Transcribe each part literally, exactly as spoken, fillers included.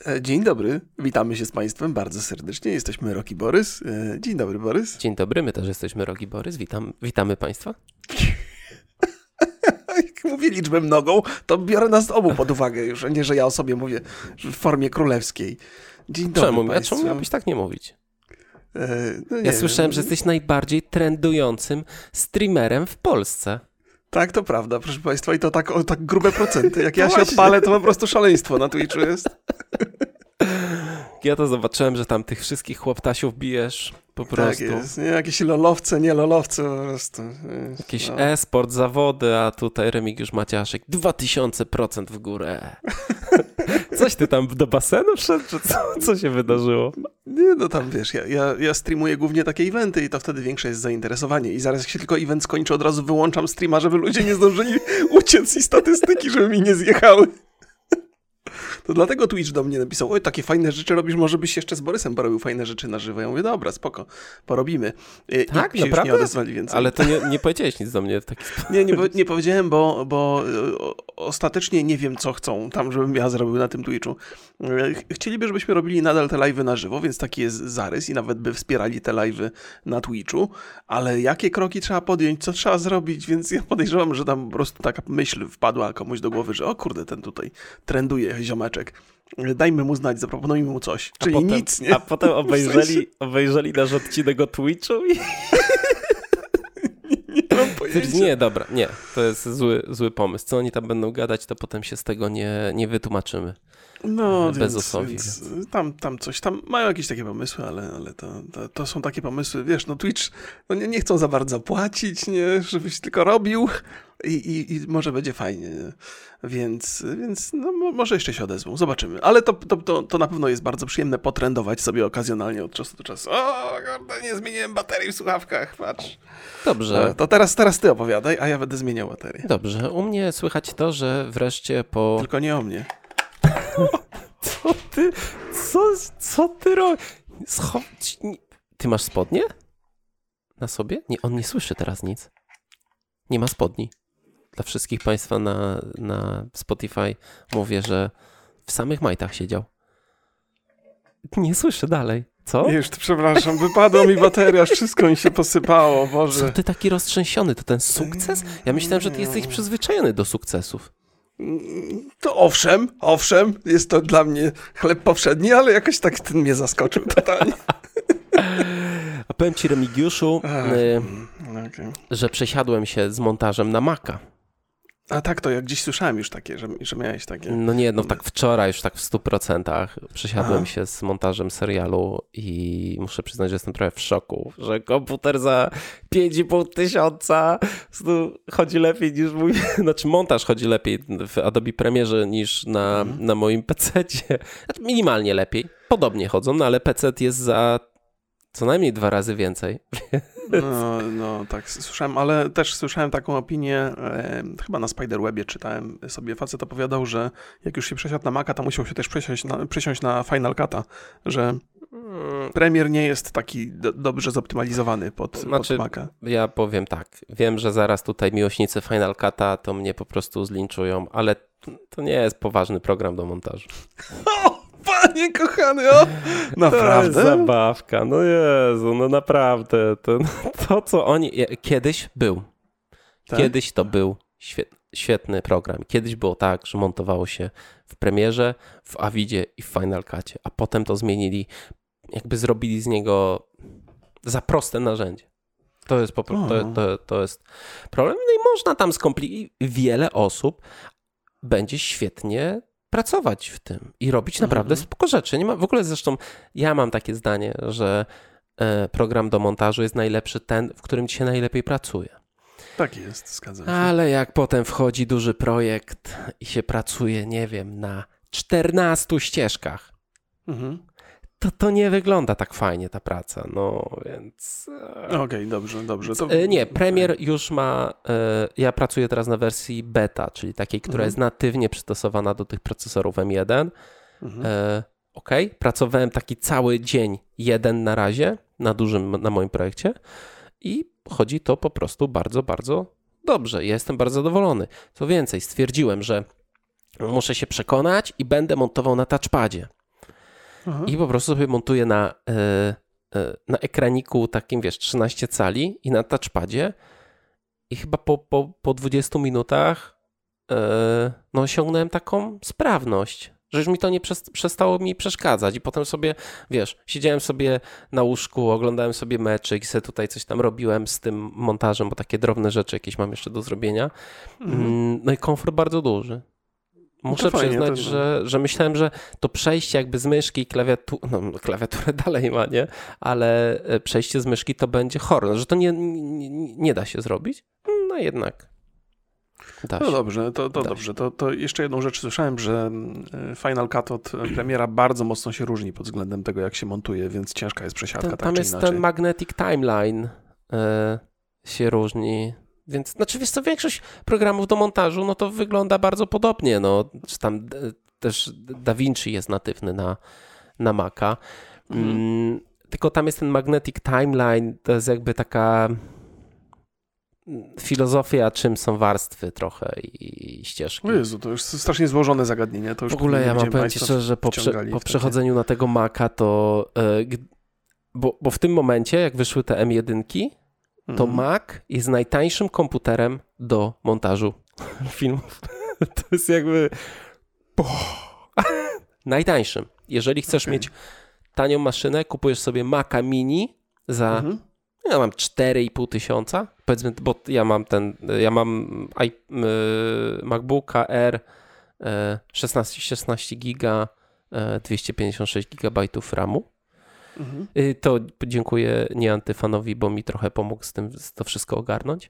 Dzień dobry, witamy się z Państwem bardzo serdecznie. Jesteśmy Rok i Borys. Dzień dobry, Borys. Dzień dobry, my też jesteśmy Rok i Borys. Witam, witamy Państwa. Jak mówię liczbę mnogą, to biorę nas obu pod uwagę już, a nie, że ja o sobie mówię w formie królewskiej. Dzień dobry czemu, Państwu. Czemu miałbyś tak nie mówić? E, no nie ja słyszałem, wiem. że jesteś najbardziej trendującym streamerem w Polsce. Tak, to prawda, proszę Państwa, i to tak, o, tak grube procenty. Jak ja No się właśnie. odpalę, to po prostu szaleństwo na Twitchu jest. Ja to zobaczyłem, że tam tych wszystkich chłoptasiów bijesz po prostu. Tak jest, nie? Jakieś lolowce, nie lolowce po prostu. Jakiś no. e-sport, zawody, a tutaj Remigiusz Maciaszek dwa tysiące procent w górę. Coś ty tam do basenu wszedł, czy co, co się wydarzyło? Nie, no tam wiesz, ja, ja, ja streamuję głównie takie eventy i to wtedy większe jest zainteresowanie. I zaraz jak się tylko event skończy, od razu wyłączam streama, żeby ludzie nie zdążyli uciec i statystyki, żeby mi nie zjechały. To dlatego Twitch do mnie napisał, oj, takie fajne rzeczy robisz, może byś jeszcze z Borysem porobił fajne rzeczy na żywo. Ja mówię, dobra, spoko, porobimy. I Tak, się naprawdę? już nie odezwali więcej. Ale to nie, nie powiedziałeś nic do mnie w taki sposób. Nie, nie, nie powiedziałem, bo, bo o, ostatecznie nie wiem, co chcą tam, żebym ja zrobił na tym Twitchu. Chcieliby, żebyśmy robili nadal te live'y na żywo, więc taki jest zarys i nawet by wspierali te live'y na Twitchu, ale jakie kroki trzeba podjąć, co trzeba zrobić, więc ja podejrzewam, że tam po prostu taka myśl wpadła komuś do głowy, że o kurde, ten tutaj trenduje ziomeczek. Dajmy mu znać, zaproponujmy mu coś. A Czyli potem, nic, nie? A potem obejrzeli, W sensie... obejrzeli nasz odcinek o Twitchu i... Nie mam pojęcia. Nie, dobra, nie, to jest zły, zły pomysł. Co oni tam będą gadać, to potem się z tego nie, nie wytłumaczymy. No, Bezosowi, więc, więc tam, tam coś, tam mają jakieś takie pomysły, ale, ale to, to, to są takie pomysły, wiesz, no Twitch, no nie, nie chcą za bardzo płacić, nie, żebyś tylko robił i, i, i może będzie fajnie, nie? Więc, więc no, może jeszcze się odezwą, zobaczymy, ale to, to, to, to na pewno jest bardzo przyjemne potrendować sobie okazjonalnie od czasu do czasu. O, kurde, nie zmieniłem baterii w słuchawkach, patrz. Dobrze. To teraz, teraz ty opowiadaj, a ja będę zmieniał baterię. Dobrze, u mnie słychać to, że wreszcie po... Tylko nie o mnie. Co ty, co, co ty robisz? Scho... Ty masz spodnie? Na sobie? Nie, on nie słyszy teraz nic. Nie ma spodni. Dla wszystkich Państwa na, na Spotify mówię, że w samych majtach siedział. Nie słyszę dalej. Co? Już, przepraszam, wypadła mi bateria, wszystko mi się posypało, Boże. Co ty taki roztrzęsiony? To ten sukces? Ja myślałem, że ty jesteś przyzwyczajony do sukcesów. To owszem, owszem, jest to dla mnie chleb powszedni, ale jakoś tak ten mnie zaskoczył totalnie. A powiem ci, Remigiuszu, Ach, y, okay. że przesiadłem się z montażem na Maca. A tak, to ja gdzieś słyszałem już takie, że, że miałeś takie. No nie, no tak wczoraj już tak w stu procentach przesiadłem Aha. się z montażem serialu i muszę przyznać, że jestem trochę w szoku, że komputer za pięć i pół tysiąca chodzi lepiej niż mój, znaczy montaż chodzi lepiej w Adobe Premierze niż na, mhm. na moim pececie. Znaczy minimalnie lepiej, podobnie chodzą, no ale pecet jest za co najmniej dwa razy więcej. No, no tak, słyszałem, ale też słyszałem taką opinię, e, chyba na Spiderwebie czytałem sobie, facet opowiadał, że jak już się przesiadł na Maca, to musiał się też przesiąść na, przesiąść na Final Cut'a, że Premiere nie jest taki do, dobrze zoptymalizowany pod, znaczy, pod Maca. Ja powiem tak, wiem, że zaraz tutaj miłośnicy Final Cut'a to mnie po prostu zlinczują, ale to nie jest poważny program do montażu. Panie kochany, o! Naprawdę? To jest zabawka, no Jezu, no naprawdę. To, to co oni... Kiedyś był. Tak? Kiedyś to był świetny, świetny program. Kiedyś było tak, że montowało się w Premierze, w Avidzie i w Final Cut'cie, a potem to zmienili, jakby zrobili z niego za proste narzędzie. To jest po prostu, to, to, to jest problem. No i można tam skomplikować. Wiele osób będzie świetnie pracować w tym i robić naprawdę mm-hmm. spoko rzeczy. Nie ma, w ogóle zresztą ja mam takie zdanie, że e, program do montażu jest najlepszy ten, w którym ci się najlepiej pracuje. Tak jest, zgadzam się. Ale jak potem wchodzi duży projekt i się pracuje, nie wiem, na czternastu ścieżkach, mm-hmm. to to nie wygląda tak fajnie ta praca, no więc... Okej, okay, dobrze, dobrze. To... E, nie, Premiere już ma, e, ja pracuję teraz na wersji beta, czyli takiej, która mhm. jest natywnie przystosowana do tych procesorów M jeden. Mhm. E, Okej, okay. Pracowałem taki cały dzień, jeden na razie, na dużym, na moim projekcie i chodzi to po prostu bardzo, bardzo dobrze. Ja jestem bardzo zadowolony. Co więcej, stwierdziłem, że muszę się przekonać i będę montował na touchpadzie. Aha. i po prostu sobie montuję na, na ekraniku takim, wiesz, trzynaście cali i na touchpadzie i chyba po, po, po dwudziestu minutach no osiągnąłem taką sprawność, że już mi to nie przestało mi przeszkadzać i potem sobie, wiesz, siedziałem sobie na łóżku, oglądałem sobie meczyk i sobie tutaj coś tam robiłem z tym montażem, bo takie drobne rzeczy jakieś mam jeszcze do zrobienia. Mhm. No i komfort bardzo duży. Muszę fajnie, przyznać, to... że, że myślałem, że to przejście jakby z myszki i klawiatury, no klawiaturę dalej ma, nie? Ale przejście z myszki to będzie horror, że to nie, nie, nie da się zrobić. No jednak da No się. dobrze, to, to dobrze. To, to jeszcze jedną rzecz słyszałem, że Final Cut od Premiera bardzo mocno się różni pod względem tego, jak się montuje, więc ciężka jest przesiadka, Ten, tak tam czy jest inaczej. ten Magnetic Timeline e, się różni. Więc, znaczy wiesz co, większość programów do montażu, no to wygląda bardzo podobnie, no, czy tam e, też DaVinci jest natywny na, na Maca, mhm. mm, tylko tam jest ten Magnetic Timeline, to jest jakby taka filozofia, czym są warstwy trochę i, i ścieżki. O Jezu, to już strasznie złożone zagadnienie. To już w ogóle ja mam powiedzieć szczerze, że po, prze, po przechodzeniu na tego Maca to, e, bo, bo w tym momencie, jak wyszły te M jeden, to mm. Mac jest najtańszym komputerem do montażu filmów. To jest jakby najtańszym. Jeżeli chcesz okay. mieć tanią maszynę, kupujesz sobie Maca Mini za mm-hmm. ja mam cztery i pół tysiąca, powiedzmy, bo ja mam ten, ja mam i, y, MacBooka Air y, szesnaście, szesnaście giga, y, dwieście pięćdziesiąt sześć gigabajtów ramu. Mhm. To dziękuję Nieantyfanowi, bo mi trochę pomógł z tym to wszystko ogarnąć.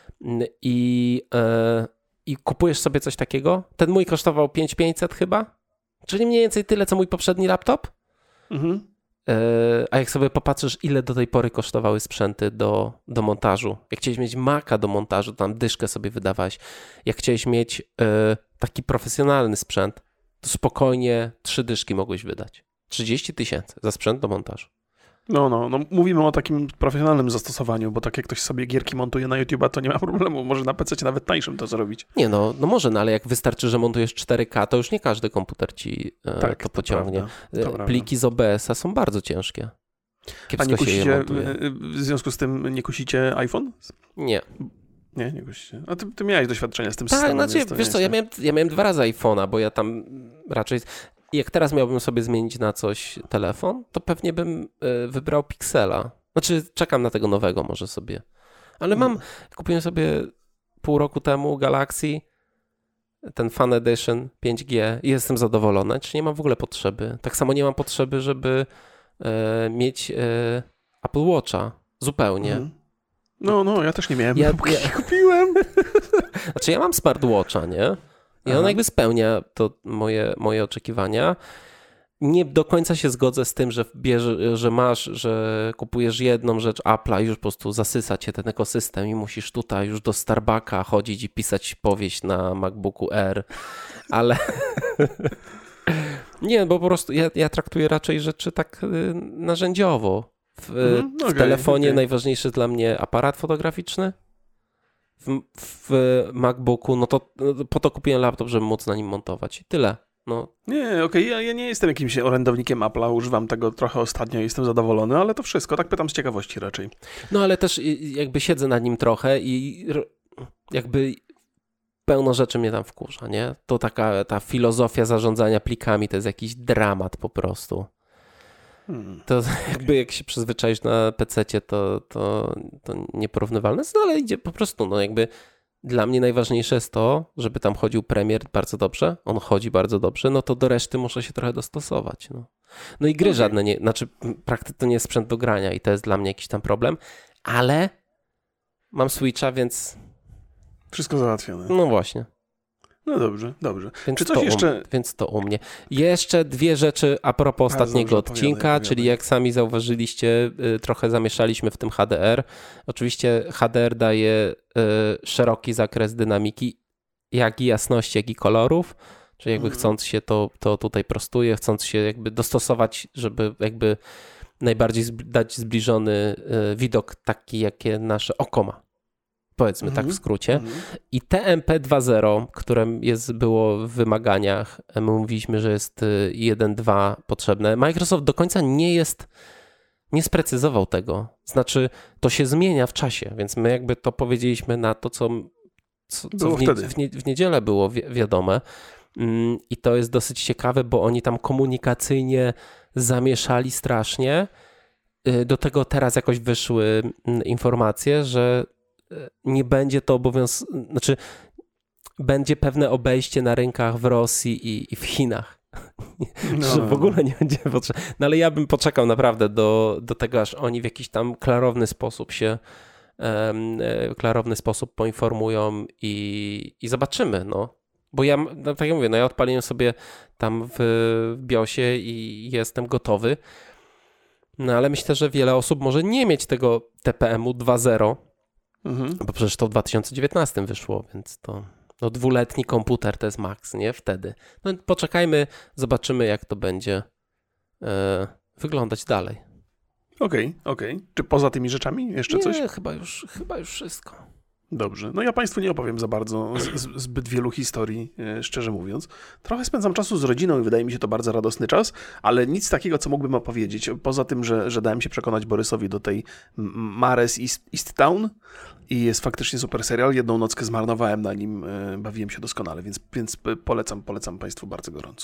I, e, i kupujesz sobie coś takiego. Ten mój kosztował pięć tysięcy pięćset chyba, czyli mniej więcej tyle, co mój poprzedni laptop. Mhm. E, a jak sobie popatrzysz, ile do tej pory kosztowały sprzęty do, do montażu. Jak chciałeś mieć Maca do montażu, tam dyszkę sobie wydawałeś. Jak chciałeś mieć e, taki profesjonalny sprzęt, to spokojnie trzy dyszki mogłeś wydać. trzydzieści tysięcy za sprzęt do montażu. No, no, no, mówimy o takim profesjonalnym zastosowaniu, bo tak jak ktoś sobie gierki montuje na YouTube'a, to nie ma problemu, może na pececie nawet tańszym to zrobić. Nie, no, no może, no, ale jak wystarczy, że montujesz cztery K, to już nie każdy komputer ci e, tak, to pociągnie. To prawda, to Pliki z O B S a są bardzo ciężkie. Kiepsko A nie kusicie, się je montuje. W związku z tym nie kusicie iPhone? Nie. Nie, nie kusicie. A ty, ty miałeś doświadczenie z tym tak, systemem. Znaczy, wiesz co, ja miałem, ja miałem dwa razy iPhone'a, bo ja tam raczej... Jak teraz miałbym sobie zmienić na coś telefon, to pewnie bym y, wybrał Pixela. Znaczy czekam na tego nowego może sobie. Ale mam, hmm. kupiłem sobie pół roku temu Galaxy, ten Fan Edition pięć G i jestem zadowolony. Czy nie mam w ogóle potrzeby. Tak samo nie mam potrzeby, żeby y, mieć y, Apple Watcha. Zupełnie. Hmm. No, no, ja też nie miałem. Ja, ja... kupiłem. Znaczy ja mam smartwatcha, nie? I on jakby spełnia to moje, moje oczekiwania. Nie do końca się zgodzę z tym, że, bierze, że masz, że kupujesz jedną rzecz Apple'a i już po prostu zasysa cię ten ekosystem i musisz tutaj już do Starbucka chodzić i pisać powieść na MacBooku Air, ale nie, bo po prostu ja, ja traktuję raczej rzeczy tak narzędziowo. W, mm, w okay, telefonie okay. najważniejszy dla mnie aparat fotograficzny. W, w MacBooku, no to po to kupiłem laptop, żeby móc na nim montować. I tyle. No. Nie, okej, okay. ja, ja nie jestem jakimś orędownikiem Apple'a, używam tego trochę ostatnio i jestem zadowolony, ale to wszystko, tak pytam z ciekawości raczej. No ale też jakby siedzę nad nim trochę i jakby pełno rzeczy mnie tam wkurza, nie? To taka ta filozofia zarządzania plikami to jest jakiś dramat po prostu. Hmm. To jakby jak się przyzwyczaisz na pececie, to, to, to nieporównywalne, no ale idzie po prostu, no jakby dla mnie najważniejsze jest to, żeby tam chodził premier bardzo dobrze, on chodzi bardzo dobrze, no to do reszty muszę się trochę dostosować. No, no i gry okay. żadne nie, znaczy praktycznie to nie jest sprzęt do grania i to jest dla mnie jakiś tam problem, ale mam Switcha, więc... Wszystko załatwione. No właśnie. No dobrze, dobrze. Więc Czy coś to jeszcze... U, więc to u mnie. Jeszcze dwie rzeczy a propos Bardzo ostatniego dobrze, odcinka, opowiadaj, czyli opowiadaj. Jak sami zauważyliście, y, trochę zamieszaliśmy w tym H D R. Oczywiście H D R daje y, szeroki zakres dynamiki, jak i jasności, jak i kolorów, czyli jakby mhm. chcąc się to, to tutaj prostuje, chcąc się jakby dostosować, żeby jakby najbardziej zb- dać zbliżony y, widok taki, jakie nasze oko ma. powiedzmy mhm. tak w skrócie. Mhm. I T M P dwa zero, które jest, było w wymaganiach, my mówiliśmy, że jest jeden dwa potrzebne. Microsoft do końca nie jest, nie sprecyzował tego. Znaczy, to się zmienia w czasie, więc my jakby to powiedzieliśmy na to, co, co, co w, nie, w, nie, w niedzielę było wi- wiadome. I to jest dosyć ciekawe, bo oni tam komunikacyjnie zamieszali strasznie. Do tego teraz jakoś wyszły informacje, że nie będzie to obowiązek, znaczy będzie pewne obejście na rynkach w Rosji i, i w Chinach. No. Że w ogóle nie będzie potrzebne. No ale ja bym poczekał naprawdę do, do tego, aż oni w jakiś tam klarowny sposób się um, klarowny sposób poinformują i, i zobaczymy, no. Bo ja, no, tak jak mówię, no ja odpaliłem sobie tam w BIOSie i jestem gotowy. No ale myślę, że wiele osób może nie mieć tego T P M-u dwa zero, mhm. bo przecież to w dwa tysiące dziewiętnastym wyszło, więc to no, dwuletni komputer to jest maks, nie? Wtedy. No poczekajmy, zobaczymy jak to będzie e, wyglądać dalej. Okej, okay, okej. Okay. Czy poza tymi rzeczami jeszcze nie, coś? Nie, chyba już, chyba już wszystko. Dobrze. No ja Państwu nie opowiem za bardzo, z, zbyt wielu historii, szczerze mówiąc. Trochę spędzam czasu z rodziną i wydaje mi się to bardzo radosny czas, ale nic takiego, co mógłbym opowiedzieć. Poza tym, że, że dałem się przekonać Borysowi do tej Mares East, East Town i jest faktycznie super serial. Jedną nockę zmarnowałem na nim, bawiłem się doskonale, więc, więc polecam, polecam Państwu bardzo gorąco.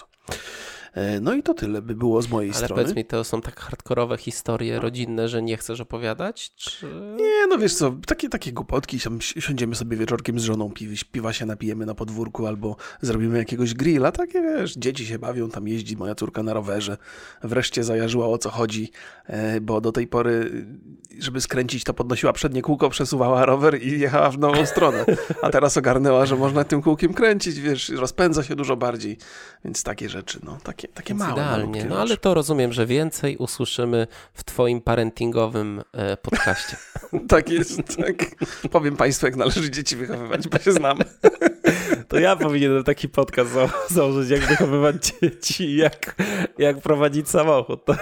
No i to tyle by było z mojej Ale strony. Ale powiedz mi, to są tak hardkorowe historie rodzinne, że nie chcesz opowiadać? Czy... Nie, no wiesz co, takie, takie głupotki, siądziemy sobie wieczorkiem z żoną, piwa, piwa się napijemy na podwórku albo zrobimy jakiegoś grilla, takie wiesz, dzieci się bawią, tam jeździ moja córka na rowerze, wreszcie zajarzyła o co chodzi, bo do tej pory, żeby skręcić, to podnosiła przednie kółko, przesuwała rower i jechała w nową stronę, a teraz ogarnęła, że można tym kółkiem kręcić, wiesz, rozpędza się dużo bardziej, więc takie rzeczy, no, takie Takie małe, idealnie, no ale to rozumiem, że więcej usłyszymy w twoim parentingowym e, podcaście. Tak jest, tak. Powiem Państwu, jak należy dzieci wychowywać, bo się znamy. To ja powinienem taki podcast za- założyć, jak wychowywać dzieci i jak, jak prowadzić samochód. To...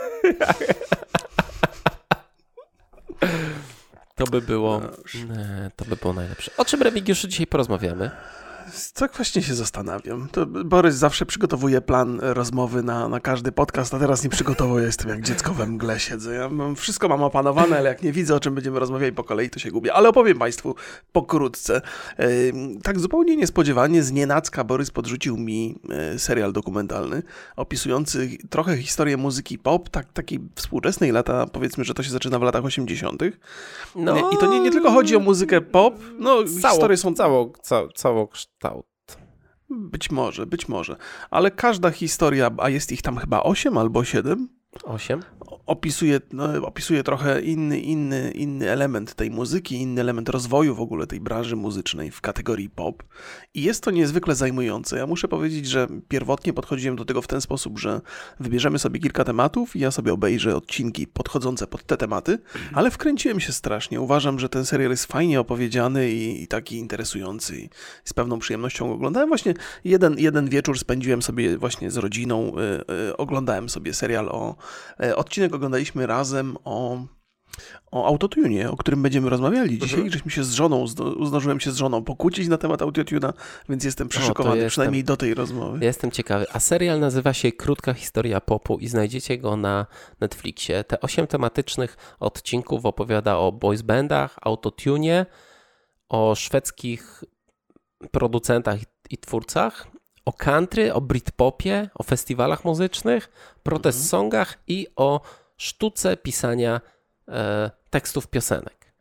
to by było, nie, to by było najlepsze. O czym, Remigiuszu, dzisiaj porozmawiamy? Tak właśnie się zastanawiam. To Borys zawsze przygotowuje plan rozmowy na, na każdy podcast, a teraz nie przygotował, ja jestem jak dziecko we mgle siedzę. Ja mam, wszystko mam opanowane, ale jak nie widzę, o czym będziemy rozmawiali po kolei, to się gubię. Ale opowiem Państwu pokrótce. Yy, tak zupełnie niespodziewanie, znienacka Borys podrzucił mi yy, serial dokumentalny opisujący trochę historię muzyki pop, tak, takiej współczesnej lata, powiedzmy, że to się zaczyna w latach osiemdziesiątych. No... I to nie, nie tylko chodzi o muzykę pop, no cało, historie są... Cało, cało, cało kształt. Być może, być może. Ale każda historia, a jest ich tam chyba osiem albo siedem, Osiem? Opisuje, no, opisuje trochę inny, inny, inny element tej muzyki, inny element rozwoju w ogóle tej branży muzycznej w kategorii pop. I jest to niezwykle zajmujące. Ja muszę powiedzieć, że pierwotnie podchodziłem do tego w ten sposób, że wybierzemy sobie kilka tematów i ja sobie obejrzę odcinki podchodzące pod te tematy, ale wkręciłem się strasznie. Uważam, że ten serial jest fajnie opowiedziany i, i taki interesujący i z pewną przyjemnością go oglądałem. Właśnie jeden, jeden wieczór spędziłem sobie właśnie z rodziną, yy, yy, oglądałem sobie serial o yy, odcinek oglądaliśmy razem o, o autotunie, o którym będziemy rozmawiali dzisiaj. Mhm. Żeśmy się z żoną, zdążyłem się z żoną pokłócić na temat autotuna, więc jestem przyszykowany, jestem, przynajmniej do tej rozmowy. Ja jestem ciekawy. A serial nazywa się Krótka historia popu i znajdziecie go na Netflixie. Te osiem tematycznych odcinków opowiada o boys bandach, autotunie, o szwedzkich producentach i twórcach, o country, o britpopie, o festiwalach muzycznych, protest songach i o sztuce pisania e, tekstów piosenek.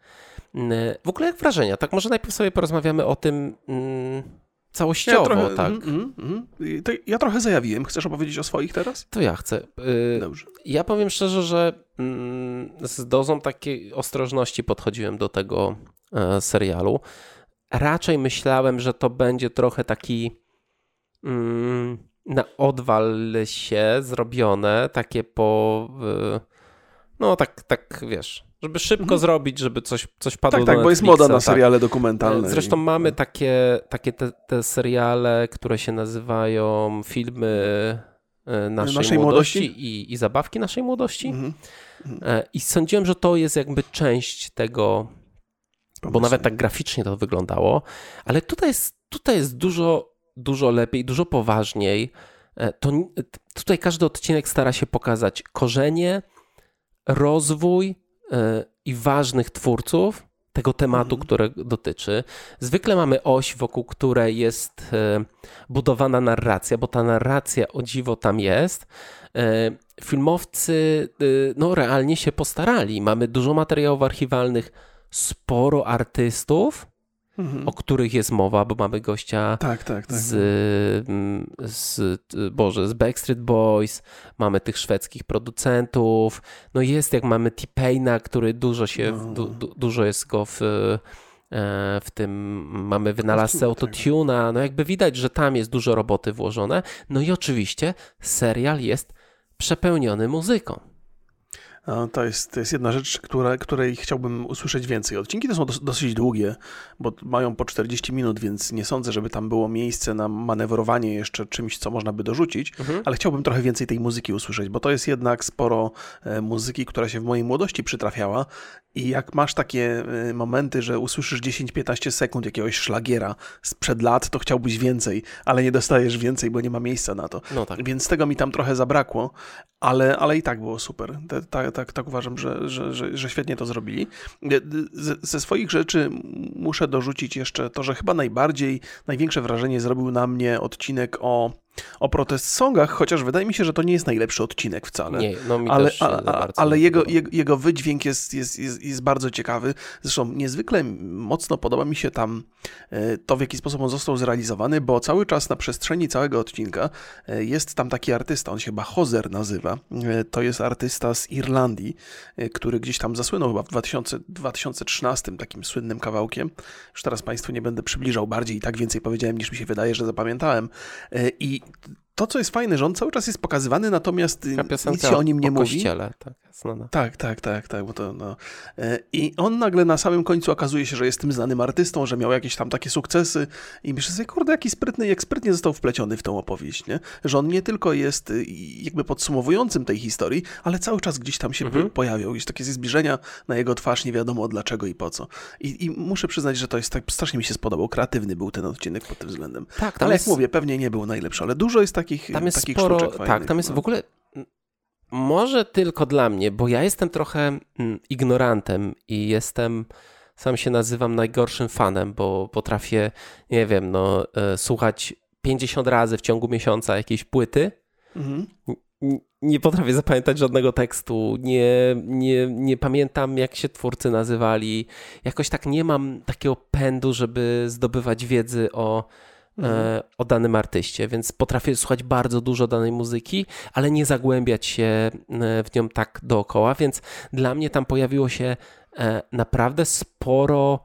W ogóle jak wrażenia? Tak może najpierw sobie porozmawiamy o tym mm, całościowo, ja trochę, tak? Mm, mm, mm. To ja trochę zajawiłem. Chcesz opowiedzieć o swoich teraz? To ja chcę. Y, Dobrze. Ja powiem szczerze, że mm, z dozą takiej ostrożności podchodziłem do tego e, serialu. Raczej myślałem, że to będzie trochę taki mm, na odwal się zrobione, takie po... Y, no tak, tak wiesz, żeby szybko mhm. zrobić, żeby coś, coś padło tak, do Tak, bo jest moda na seriale tak. dokumentalne. Zresztą i... mamy takie, takie te, te seriale, które się nazywają filmy naszej, naszej młodości, młodości? I, i zabawki naszej młodości. Mhm. Mhm. I sądziłem, że to jest jakby część tego, pomysłem. Bo nawet tak graficznie to wyglądało, ale tutaj jest, tutaj jest dużo, dużo lepiej, dużo poważniej. To, tutaj każdy odcinek stara się pokazać korzenie, rozwój i ważnych twórców tego tematu, mhm. które dotyczy. Zwykle mamy oś, wokół której jest budowana narracja, bo ta narracja o dziwo tam jest. Filmowcy no, realnie się postarali. Mamy dużo materiałów archiwalnych, sporo artystów, mhm. o których jest mowa, bo mamy gościa tak, tak, tak. Z, z, Boże, z Backstreet Boys, mamy tych szwedzkich producentów, no jest jak mamy T-Paina, który dużo się, no. du, du, dużo jest go w, w tym, mamy wynalazcę autotuna, no jakby widać, że tam jest dużo roboty włożone, no i oczywiście serial jest przepełniony muzyką. To jest, to jest jedna rzecz, która, której chciałbym usłyszeć więcej. Odcinki to są dos, dosyć długie, bo mają po czterdzieści minut, więc nie sądzę, żeby tam było miejsce na manewrowanie jeszcze czymś, co można by dorzucić, mhm. ale chciałbym trochę więcej tej muzyki usłyszeć, bo to jest jednak sporo e, muzyki, która się w mojej młodości przytrafiała i jak masz takie e, momenty, że usłyszysz dziesięć piętnaście sekund jakiegoś szlagiera sprzed lat, to chciałbyś więcej, ale nie dostajesz więcej, bo nie ma miejsca na to. No tak. Więc tego mi tam trochę zabrakło, ale, ale i tak było super. Te, ta, tak, tak uważam, że, że, że, że świetnie to zrobili. Z, ze swoich rzeczy muszę dorzucić jeszcze to, że chyba najbardziej, największe wrażenie zrobił na mnie odcinek o, o protest songach, chociaż wydaje mi się, że to nie jest najlepszy odcinek wcale. Nie, no mi ale też a, a, ale jego, jego, jego wydźwięk jest, jest, jest, jest bardzo ciekawy. Zresztą niezwykle mocno podoba mi się tam to, w jaki sposób on został zrealizowany, bo cały czas na przestrzeni całego odcinka jest tam taki artysta, on się chyba Hozer nazywa. To jest artysta z Irlandii, który gdzieś tam zasłynął chyba w dwa tysiące trzynastym takim słynnym kawałkiem. Już teraz Państwu nie będę przybliżał bardziej i tak więcej powiedziałem, niż mi się wydaje, że zapamiętałem. I to, co jest fajne, że on cały czas jest pokazywany, natomiast nic się o nim nie o mówi. Kościele, tak, znana. Tak, tak, tak, tak, bo to, no. I on nagle na samym końcu okazuje się, że jest tym znanym artystą, że miał jakieś tam takie sukcesy i myślę sobie, kurde, jaki sprytny, jak sprytnie został wpleciony w tą opowieść, nie? Że on nie tylko jest jakby podsumowującym tej historii, ale cały czas gdzieś tam się mhm. pojawiał, gdzieś takie zbliżenia na jego twarz, nie wiadomo dlaczego i po co. I, i muszę przyznać, że to jest tak, strasznie mi się spodobał, kreatywny był ten odcinek pod tym względem. Tak, ale jest... jak mówię, pewnie nie był najlepszy, ale dużo jest takich, tam jest takich sporo, sztuczek fajnych. Tak, tam jest no. w ogóle... Może tylko dla mnie, bo ja jestem trochę ignorantem i jestem, sam się nazywam najgorszym fanem, bo potrafię, nie wiem, no, słuchać pięćdziesiąt razy w ciągu miesiąca jakiejś płyty. Mhm. Nie potrafię zapamiętać żadnego tekstu, nie, nie, nie pamiętam, jak się twórcy nazywali. Jakoś tak nie mam takiego pędu, żeby zdobywać wiedzy o Mhm. o danym artyście, więc potrafię słuchać bardzo dużo danej muzyki, ale nie zagłębiać się w nią tak dookoła, więc dla mnie tam pojawiło się naprawdę sporo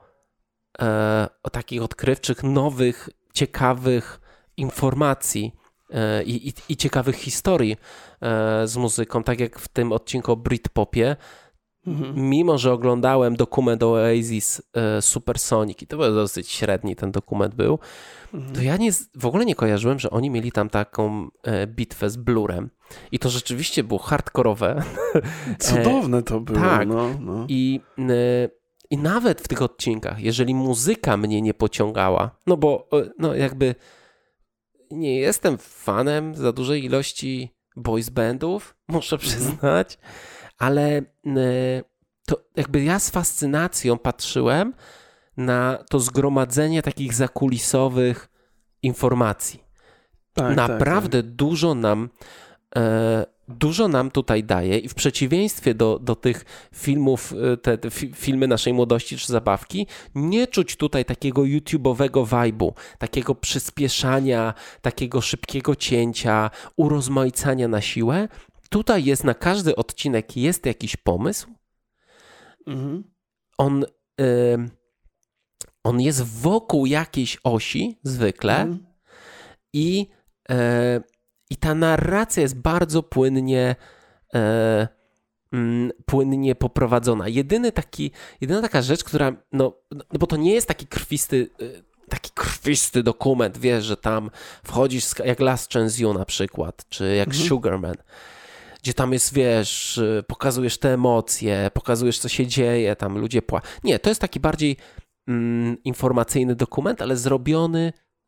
takich odkrywczych, nowych, ciekawych informacji i, i, i ciekawych historii z muzyką, tak jak w tym odcinku o Britpopie. Mhm. Mimo że oglądałem dokument o Oasis e, Supersonic i to był dosyć średni ten dokument był, mhm. to ja nie, w ogóle nie kojarzyłem, że oni mieli tam taką e, bitwę z Blurem. I to rzeczywiście było hardkorowe. Cudowne to było. Tak. No, no. I, e, I nawet w tych odcinkach, jeżeli muzyka mnie nie pociągała, no bo no jakby nie jestem fanem za dużej ilości boys bandów, muszę przyznać, mhm. ale to jakby ja z fascynacją patrzyłem na to zgromadzenie takich zakulisowych informacji. Tak, Naprawdę tak, tak. dużo nam e, dużo nam tutaj daje i w przeciwieństwie do, do tych filmów, te, te fi, filmy naszej młodości czy zabawki, nie czuć tutaj takiego YouTube'owego vibe'u, takiego przyspieszania, takiego szybkiego cięcia, urozmaicania na siłę. Tutaj jest na każdy odcinek jest jakiś pomysł. Mhm. On, y, on jest wokół jakiejś osi zwykle mhm. i, y, i ta narracja jest bardzo płynnie y, y, płynnie poprowadzona. Jedyny taki, jedyna taka rzecz, która, no, no bo to nie jest taki krwisty y, taki krwisty dokument, wiesz, że tam wchodzisz jak Last Chance You na przykład, czy jak mhm. Sugarman, gdzie tam jest, wiesz, pokazujesz te emocje, pokazujesz, co się dzieje, tam ludzie płaczą. Nie, to jest taki bardziej mm, informacyjny dokument, ale zrobiony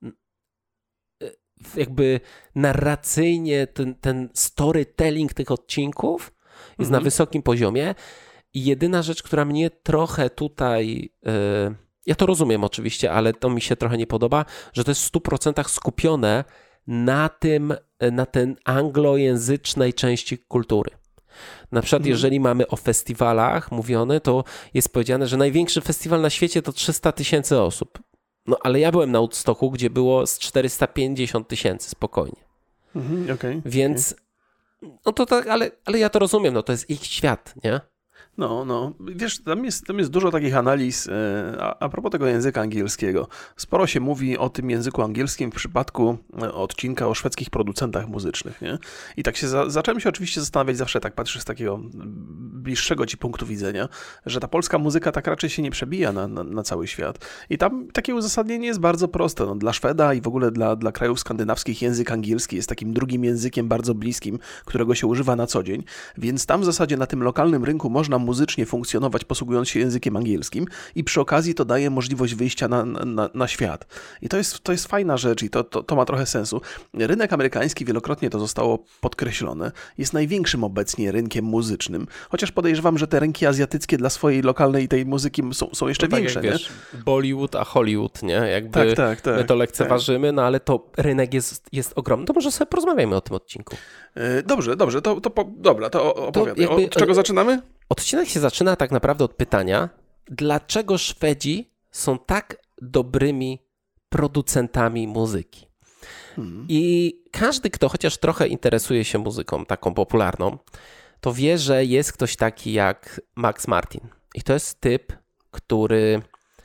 jakby narracyjnie, ten, ten storytelling tych odcinków jest mhm. na wysokim poziomie i jedyna rzecz, która mnie trochę tutaj, yy, ja to rozumiem oczywiście, ale to mi się trochę nie podoba, że to jest w stu procentach skupione na tym, na ten anglojęzycznej części kultury. Na przykład mhm. jeżeli mamy o festiwalach mówione, to jest powiedziane, że największy festiwal na świecie to trzysta tysięcy osób. No ale ja byłem na Woodstocku, gdzie było z czterysta pięćdziesiąt tysięcy spokojnie. Mhm, okay, Więc, okay. no to tak, ale, ale ja to rozumiem, no to jest ich świat, nie? No, no, wiesz, tam jest, tam jest dużo takich analiz a, a propos tego języka angielskiego. Sporo się mówi o tym języku angielskim w przypadku odcinka o szwedzkich producentach muzycznych, nie? I tak się za, zacząłem się oczywiście zastanawiać, zawsze tak patrzysz z takiego bliższego ci punktu widzenia, że ta polska muzyka tak raczej się nie przebija na, na, na cały świat. I tam takie uzasadnienie jest bardzo proste. No, dla Szweda i w ogóle dla, dla krajów skandynawskich język angielski jest takim drugim językiem bardzo bliskim, którego się używa na co dzień, więc tam w zasadzie na tym lokalnym rynku można muzycznie funkcjonować, posługując się językiem angielskim i przy okazji to daje możliwość wyjścia na, na, na świat. I to jest, to jest fajna rzecz i to, to, to ma trochę sensu. Rynek amerykański, wielokrotnie to zostało podkreślone, jest największym obecnie rynkiem muzycznym, chociaż podejrzewam, że te rynki azjatyckie dla swojej lokalnej tej muzyki są, są jeszcze no większe. Tak jak wiesz, Bollywood a Hollywood, nie? Jakby tak, tak, tak, my to lekceważymy, tak. No ale to rynek jest, jest ogromny. To może sobie porozmawiajmy o tym odcinku. Dobrze, dobrze, to, to, po, dobra, to opowiadaj. To jakby, od czego zaczynamy? Odcinek się zaczyna tak naprawdę od pytania, dlaczego Szwedzi są tak dobrymi producentami muzyki. Hmm. I każdy, kto chociaż trochę interesuje się muzyką taką popularną, to wie, że jest ktoś taki jak Max Martin. I to jest typ, który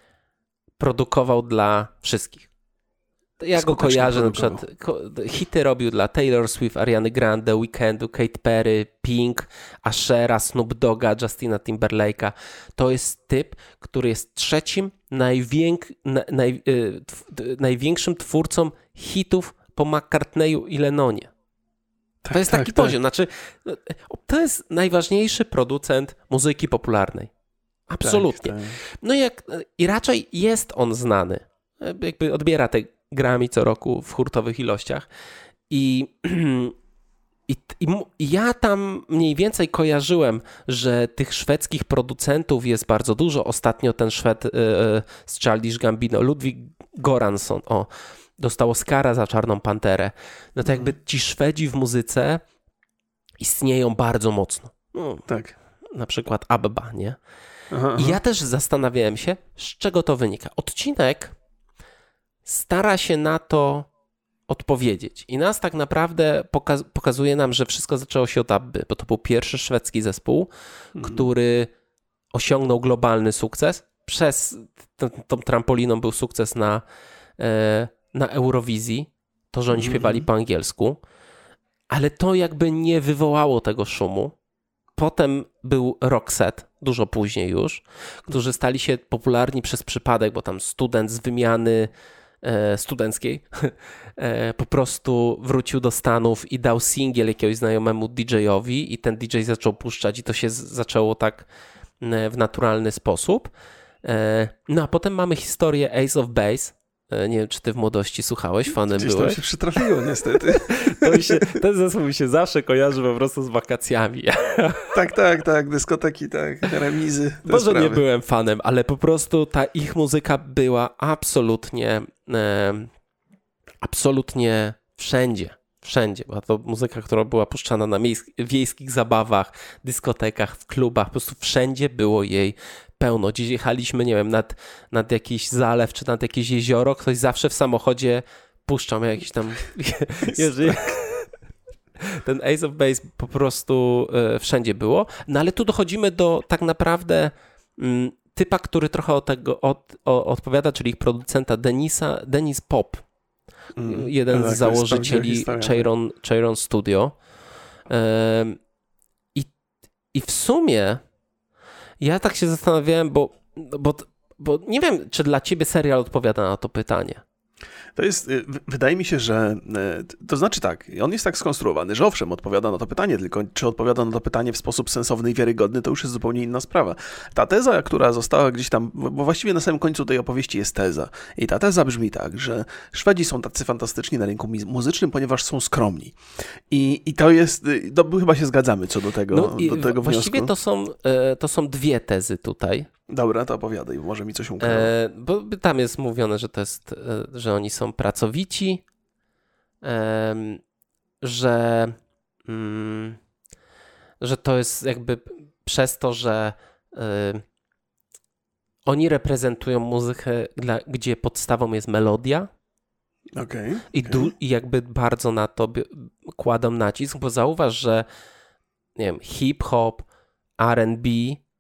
produkował dla wszystkich. Ja go kojarzę, na przykład hity robił dla Taylor Swift, Ariany Grande, Weekendu, Katy Perry, Pink, Ashera, Snoop Dogga, Justina Timberlake'a. To jest typ, który jest trzecim najwięk, na, naj, y, tw, największym twórcą hitów po McCartneyu i Lennonie. Tak, to jest tak, taki tak. poziom. Znaczy, to jest najważniejszy producent muzyki popularnej. Absolutnie. Tak, tak. No i, jak, i raczej jest on znany. Jakby odbiera te Grammy co roku w hurtowych ilościach. I, i, i ja tam mniej więcej kojarzyłem, że tych szwedzkich producentów jest bardzo dużo. Ostatnio ten Szwed yy, z Childish Gambino, Ludwig Göransson, o, dostał Oscara za Czarną Panterę. No to jakby ci Szwedzi w muzyce istnieją bardzo mocno. No, tak. Na przykład ABBA, nie? Aha, I aha. ja też zastanawiałem się, z czego to wynika. Odcinek stara się na to odpowiedzieć. I nas tak naprawdę pokaz- pokazuje nam, że wszystko zaczęło się od ABBY, bo to był pierwszy szwedzki zespół, mhm. który osiągnął globalny sukces. Przez t- tą trampoliną był sukces na, e, na Eurowizji. To, że oni mhm. śpiewali po angielsku. Ale to jakby nie wywołało tego szumu. Potem był Roxette, dużo później już, którzy stali się popularni przez przypadek, bo tam student z wymiany e, studenckiej e, po prostu wrócił do Stanów i dał singiel jakiegoś znajomemu didżejowi i ten didżej zaczął puszczać i to się z, zaczęło tak e, w naturalny sposób. E, no a potem mamy historię Ace of Base. Nie wiem, czy ty w młodości słuchałeś, fanem Gdzieś byłeś. To się przytrafiło niestety. To mi się, ten zespół mi się zawsze kojarzy po prostu z wakacjami. Tak, tak, tak, dyskoteki, tak, remizy. Może sprawy. nie byłem fanem, ale po prostu ta ich muzyka była absolutnie, e, absolutnie wszędzie. Wszędzie. Była to muzyka, która była puszczana na miejsk- wiejskich zabawach, dyskotekach, w klubach. Po prostu wszędzie było jej pełno. Gdzieś jechaliśmy, nie wiem, nad, nad jakiś zalew czy nad jakieś jezioro. Ktoś zawsze w samochodzie puszczał jakiś tam... Jeżeli... Ten Ace of Base po prostu e, wszędzie było. No ale tu dochodzimy do tak naprawdę m, typa, który trochę od tego od, o, odpowiada, czyli ich producenta Denisa, Denis Pop. Mm, jeden tak, z założycieli Cheiron, Cheiron Studio. E, i, I w sumie ja tak się zastanawiałem, bo, bo, bo nie wiem, czy dla ciebie serial odpowiada na to pytanie. To jest, wydaje mi się, że to znaczy tak, on jest tak skonstruowany, że owszem, odpowiada na to pytanie, tylko czy odpowiada na to pytanie w sposób sensowny i wiarygodny, to już jest zupełnie inna sprawa. Ta teza, która została gdzieś tam, bo właściwie na samym końcu tej opowieści jest teza. I ta teza brzmi tak, że Szwedzi są tacy fantastyczni na rynku muzycznym, ponieważ są skromni. I, i to jest, to chyba się zgadzamy co do tego, no do tego wniosku. Właściwie to są, to są dwie tezy tutaj. Dobra, to opowiadaj, może mi coś umknęło. E, bo tam jest mówione, że to jest, że oni są pracowici, e, że, mm, że to jest jakby przez to, że e, oni reprezentują muzykę, dla, gdzie podstawą jest melodia. Okay, I, okay. du, I jakby bardzo na to kładą nacisk, bo zauważ, że nie wiem, hip-hop, R and B,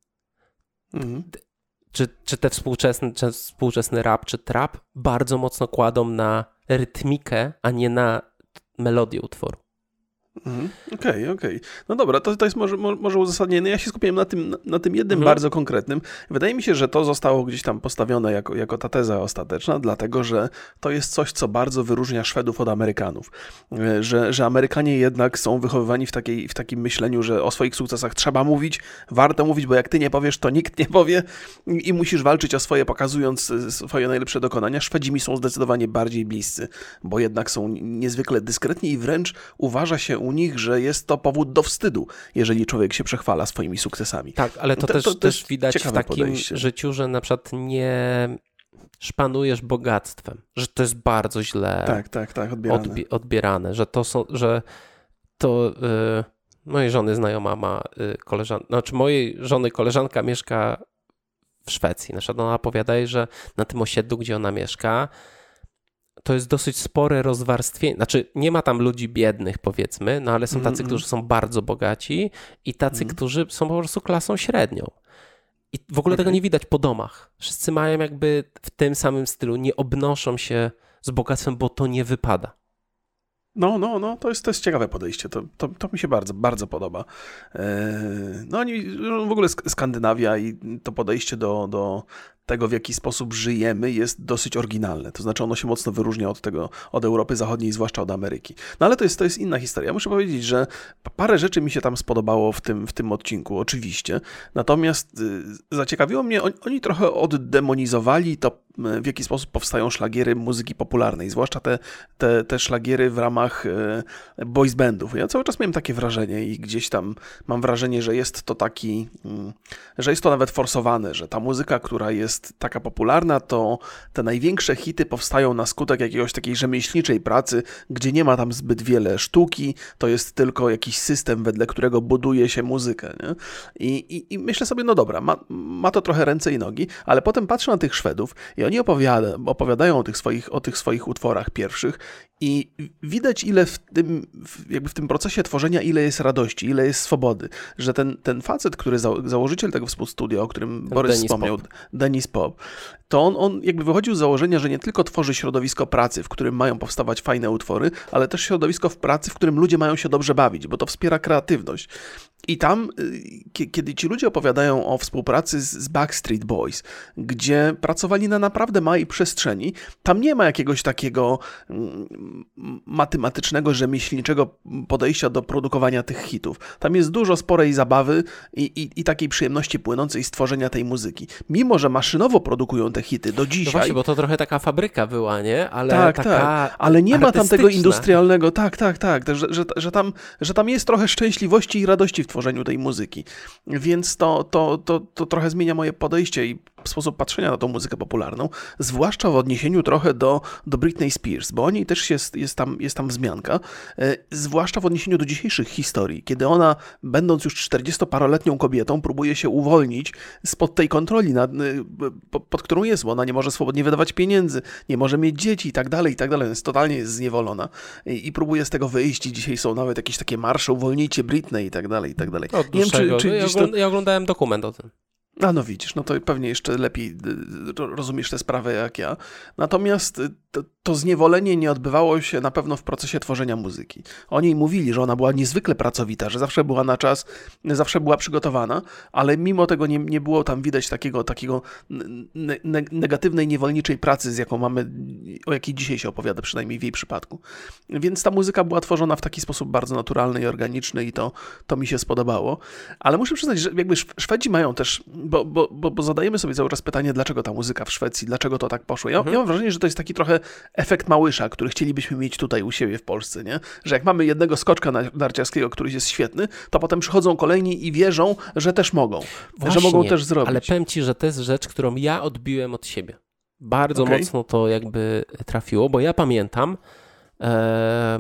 mhm. czy, czy te współczesny, czy współczesny rap, czy trap bardzo mocno kładą na rytmikę, a nie na melodię utworu. Okej, mhm. okej. Okay, okay. No dobra, to, to jest może, może uzasadnienie. Ja się skupiłem na tym, na tym jednym mhm. bardzo konkretnym. Wydaje mi się, że to zostało gdzieś tam postawione jako, jako ta teza ostateczna, dlatego że to jest coś, co bardzo wyróżnia Szwedów od Amerykanów. Że, że Amerykanie jednak są wychowywani w, takiej, w takim myśleniu, że o swoich sukcesach trzeba mówić, warto mówić, bo jak ty nie powiesz, to nikt nie powie i, i musisz walczyć o swoje, pokazując swoje najlepsze dokonania. Szwedzi mi są zdecydowanie bardziej bliscy, bo jednak są niezwykle dyskretni i wręcz uważa się u nich, że jest to powód do wstydu, jeżeli człowiek się przechwala swoimi sukcesami. Tak, ale to, to też, to też widać w takim podejście. życiu, że na przykład nie szpanujesz bogactwem, że to jest bardzo źle tak, tak, tak, odbierane. Odbi- odbierane, że to są, że to yy, mojej żony znajoma ma yy, koleżanka, znaczy mojej żony koleżanka mieszka w Szwecji. Na przykład ona opowiada, że na tym osiedlu, gdzie ona mieszka, to jest dosyć spore rozwarstwienie. Znaczy, nie ma tam ludzi biednych, powiedzmy, no ale są tacy, mm-hmm. którzy są bardzo bogaci i tacy, mm. którzy są po prostu klasą średnią. I w ogóle okay. tego nie widać po domach. Wszyscy mają jakby w tym samym stylu, nie obnoszą się z bogactwem, bo to nie wypada. No, no, no, to jest, to jest ciekawe podejście. To, to, to mi się bardzo, bardzo podoba. No oni, w ogóle Skandynawia i to podejście do, do tego, w jaki sposób żyjemy, jest dosyć oryginalne. To znaczy ono się mocno wyróżnia od tego, od Europy Zachodniej, zwłaszcza od Ameryki. No ale to jest, to jest inna historia. Muszę powiedzieć, że parę rzeczy mi się tam spodobało w tym, w tym odcinku, oczywiście. Natomiast zaciekawiło mnie, oni, oni trochę oddemonizowali to, w jaki sposób powstają szlagiery muzyki popularnej, zwłaszcza te, te, te szlagiery w ramach boys bandów. Ja cały czas miałem takie wrażenie i gdzieś tam mam wrażenie, że jest to taki, że jest to nawet forsowane, że ta muzyka, która jest taka popularna, to te największe hity powstają na skutek jakiegoś takiej rzemieślniczej pracy, gdzie nie ma tam zbyt wiele sztuki, to jest tylko jakiś system, wedle którego buduje się muzykę. Nie? I, i, I myślę sobie, no dobra, ma, ma to trochę ręce i nogi, ale potem patrzę na tych Szwedów i oni opowiada, opowiadają o tych, swoich, o tych swoich utworach pierwszych i widać, ile w tym, jakby w tym procesie tworzenia, ile jest radości, ile jest swobody, że ten, ten facet, który za, założyciel tego współstudia, o którym Borys Dennis wspomniał, Pop. Dennis Pop, to on, on jakby wychodził z założenia, że nie tylko tworzy środowisko pracy, w którym mają powstawać fajne utwory, ale też środowisko w pracy, w którym ludzie mają się dobrze bawić, bo to wspiera kreatywność. I tam, kiedy ci ludzie opowiadają o współpracy z Backstreet Boys, gdzie pracowali na naprawdę małej przestrzeni, tam nie ma jakiegoś takiego matematycznego, rzemieślniczego podejścia do produkowania tych hitów. Tam jest dużo sporej zabawy i, i, i takiej przyjemności płynącej z tworzenia tej muzyki. Mimo że maszynowo produkują te hity do dzisiaj. No właśnie, bo to trochę taka fabryka była, nie? Ale tak, taka tak. Ale nie ma tam tego industrialnego, tak, tak, tak, że, że, że, tam, że tam jest trochę szczęśliwości i radości w tworzeniu tej muzyki. Więc to, to, to, to trochę zmienia moje podejście i sposób patrzenia na tą muzykę popularną, zwłaszcza w odniesieniu trochę do, do Britney Spears, bo o niej też jest, jest, tam, jest tam wzmianka, e, zwłaszcza w odniesieniu do dzisiejszych historii, kiedy ona, będąc już czterdziestoparoletnią kobietą, próbuje się uwolnić spod tej kontroli, nad, pod, pod którą jest, bo ona nie może swobodnie wydawać pieniędzy, nie może mieć dzieci i tak dalej, i tak dalej, więc totalnie jest zniewolona i, i próbuje z tego wyjść i dzisiaj są nawet jakieś takie marsze, uwolnijcie Britney i tak dalej, i tak dalej. Od nie wiem, czy, czy ja, gdzieś ogląd- to... ja oglądałem dokument o tym. A no widzisz, no to pewnie jeszcze lepiej rozumiesz tę sprawę jak ja. Natomiast to, to zniewolenie nie odbywało się na pewno w procesie tworzenia muzyki. O niej mówili, że ona była niezwykle pracowita, że zawsze była na czas, zawsze była przygotowana, ale mimo tego nie, nie było tam widać takiego, takiego ne, ne, negatywnej, niewolniczej pracy, z jaką mamy, o jakiej dzisiaj się opowiada, przynajmniej w jej przypadku. Więc ta muzyka była tworzona w taki sposób bardzo naturalny i organiczny i to, to mi się spodobało. Ale muszę przyznać, że jakby Szwedzi mają też, bo, bo, bo, bo zadajemy sobie cały czas pytanie, dlaczego ta muzyka w Szwecji, dlaczego to tak poszło. Ja, mhm. ja mam wrażenie, że to jest taki trochę efekt Małysza, który chcielibyśmy mieć tutaj u siebie w Polsce, nie? Że jak mamy jednego skoczka narciarskiego, który jest świetny, to potem przychodzą kolejni i wierzą, że też mogą, Właśnie, że mogą też zrobić. Ale powiem ci, że to jest rzecz, którą ja odbiłem od siebie. Bardzo okay. mocno to jakby trafiło, bo ja pamiętam, e,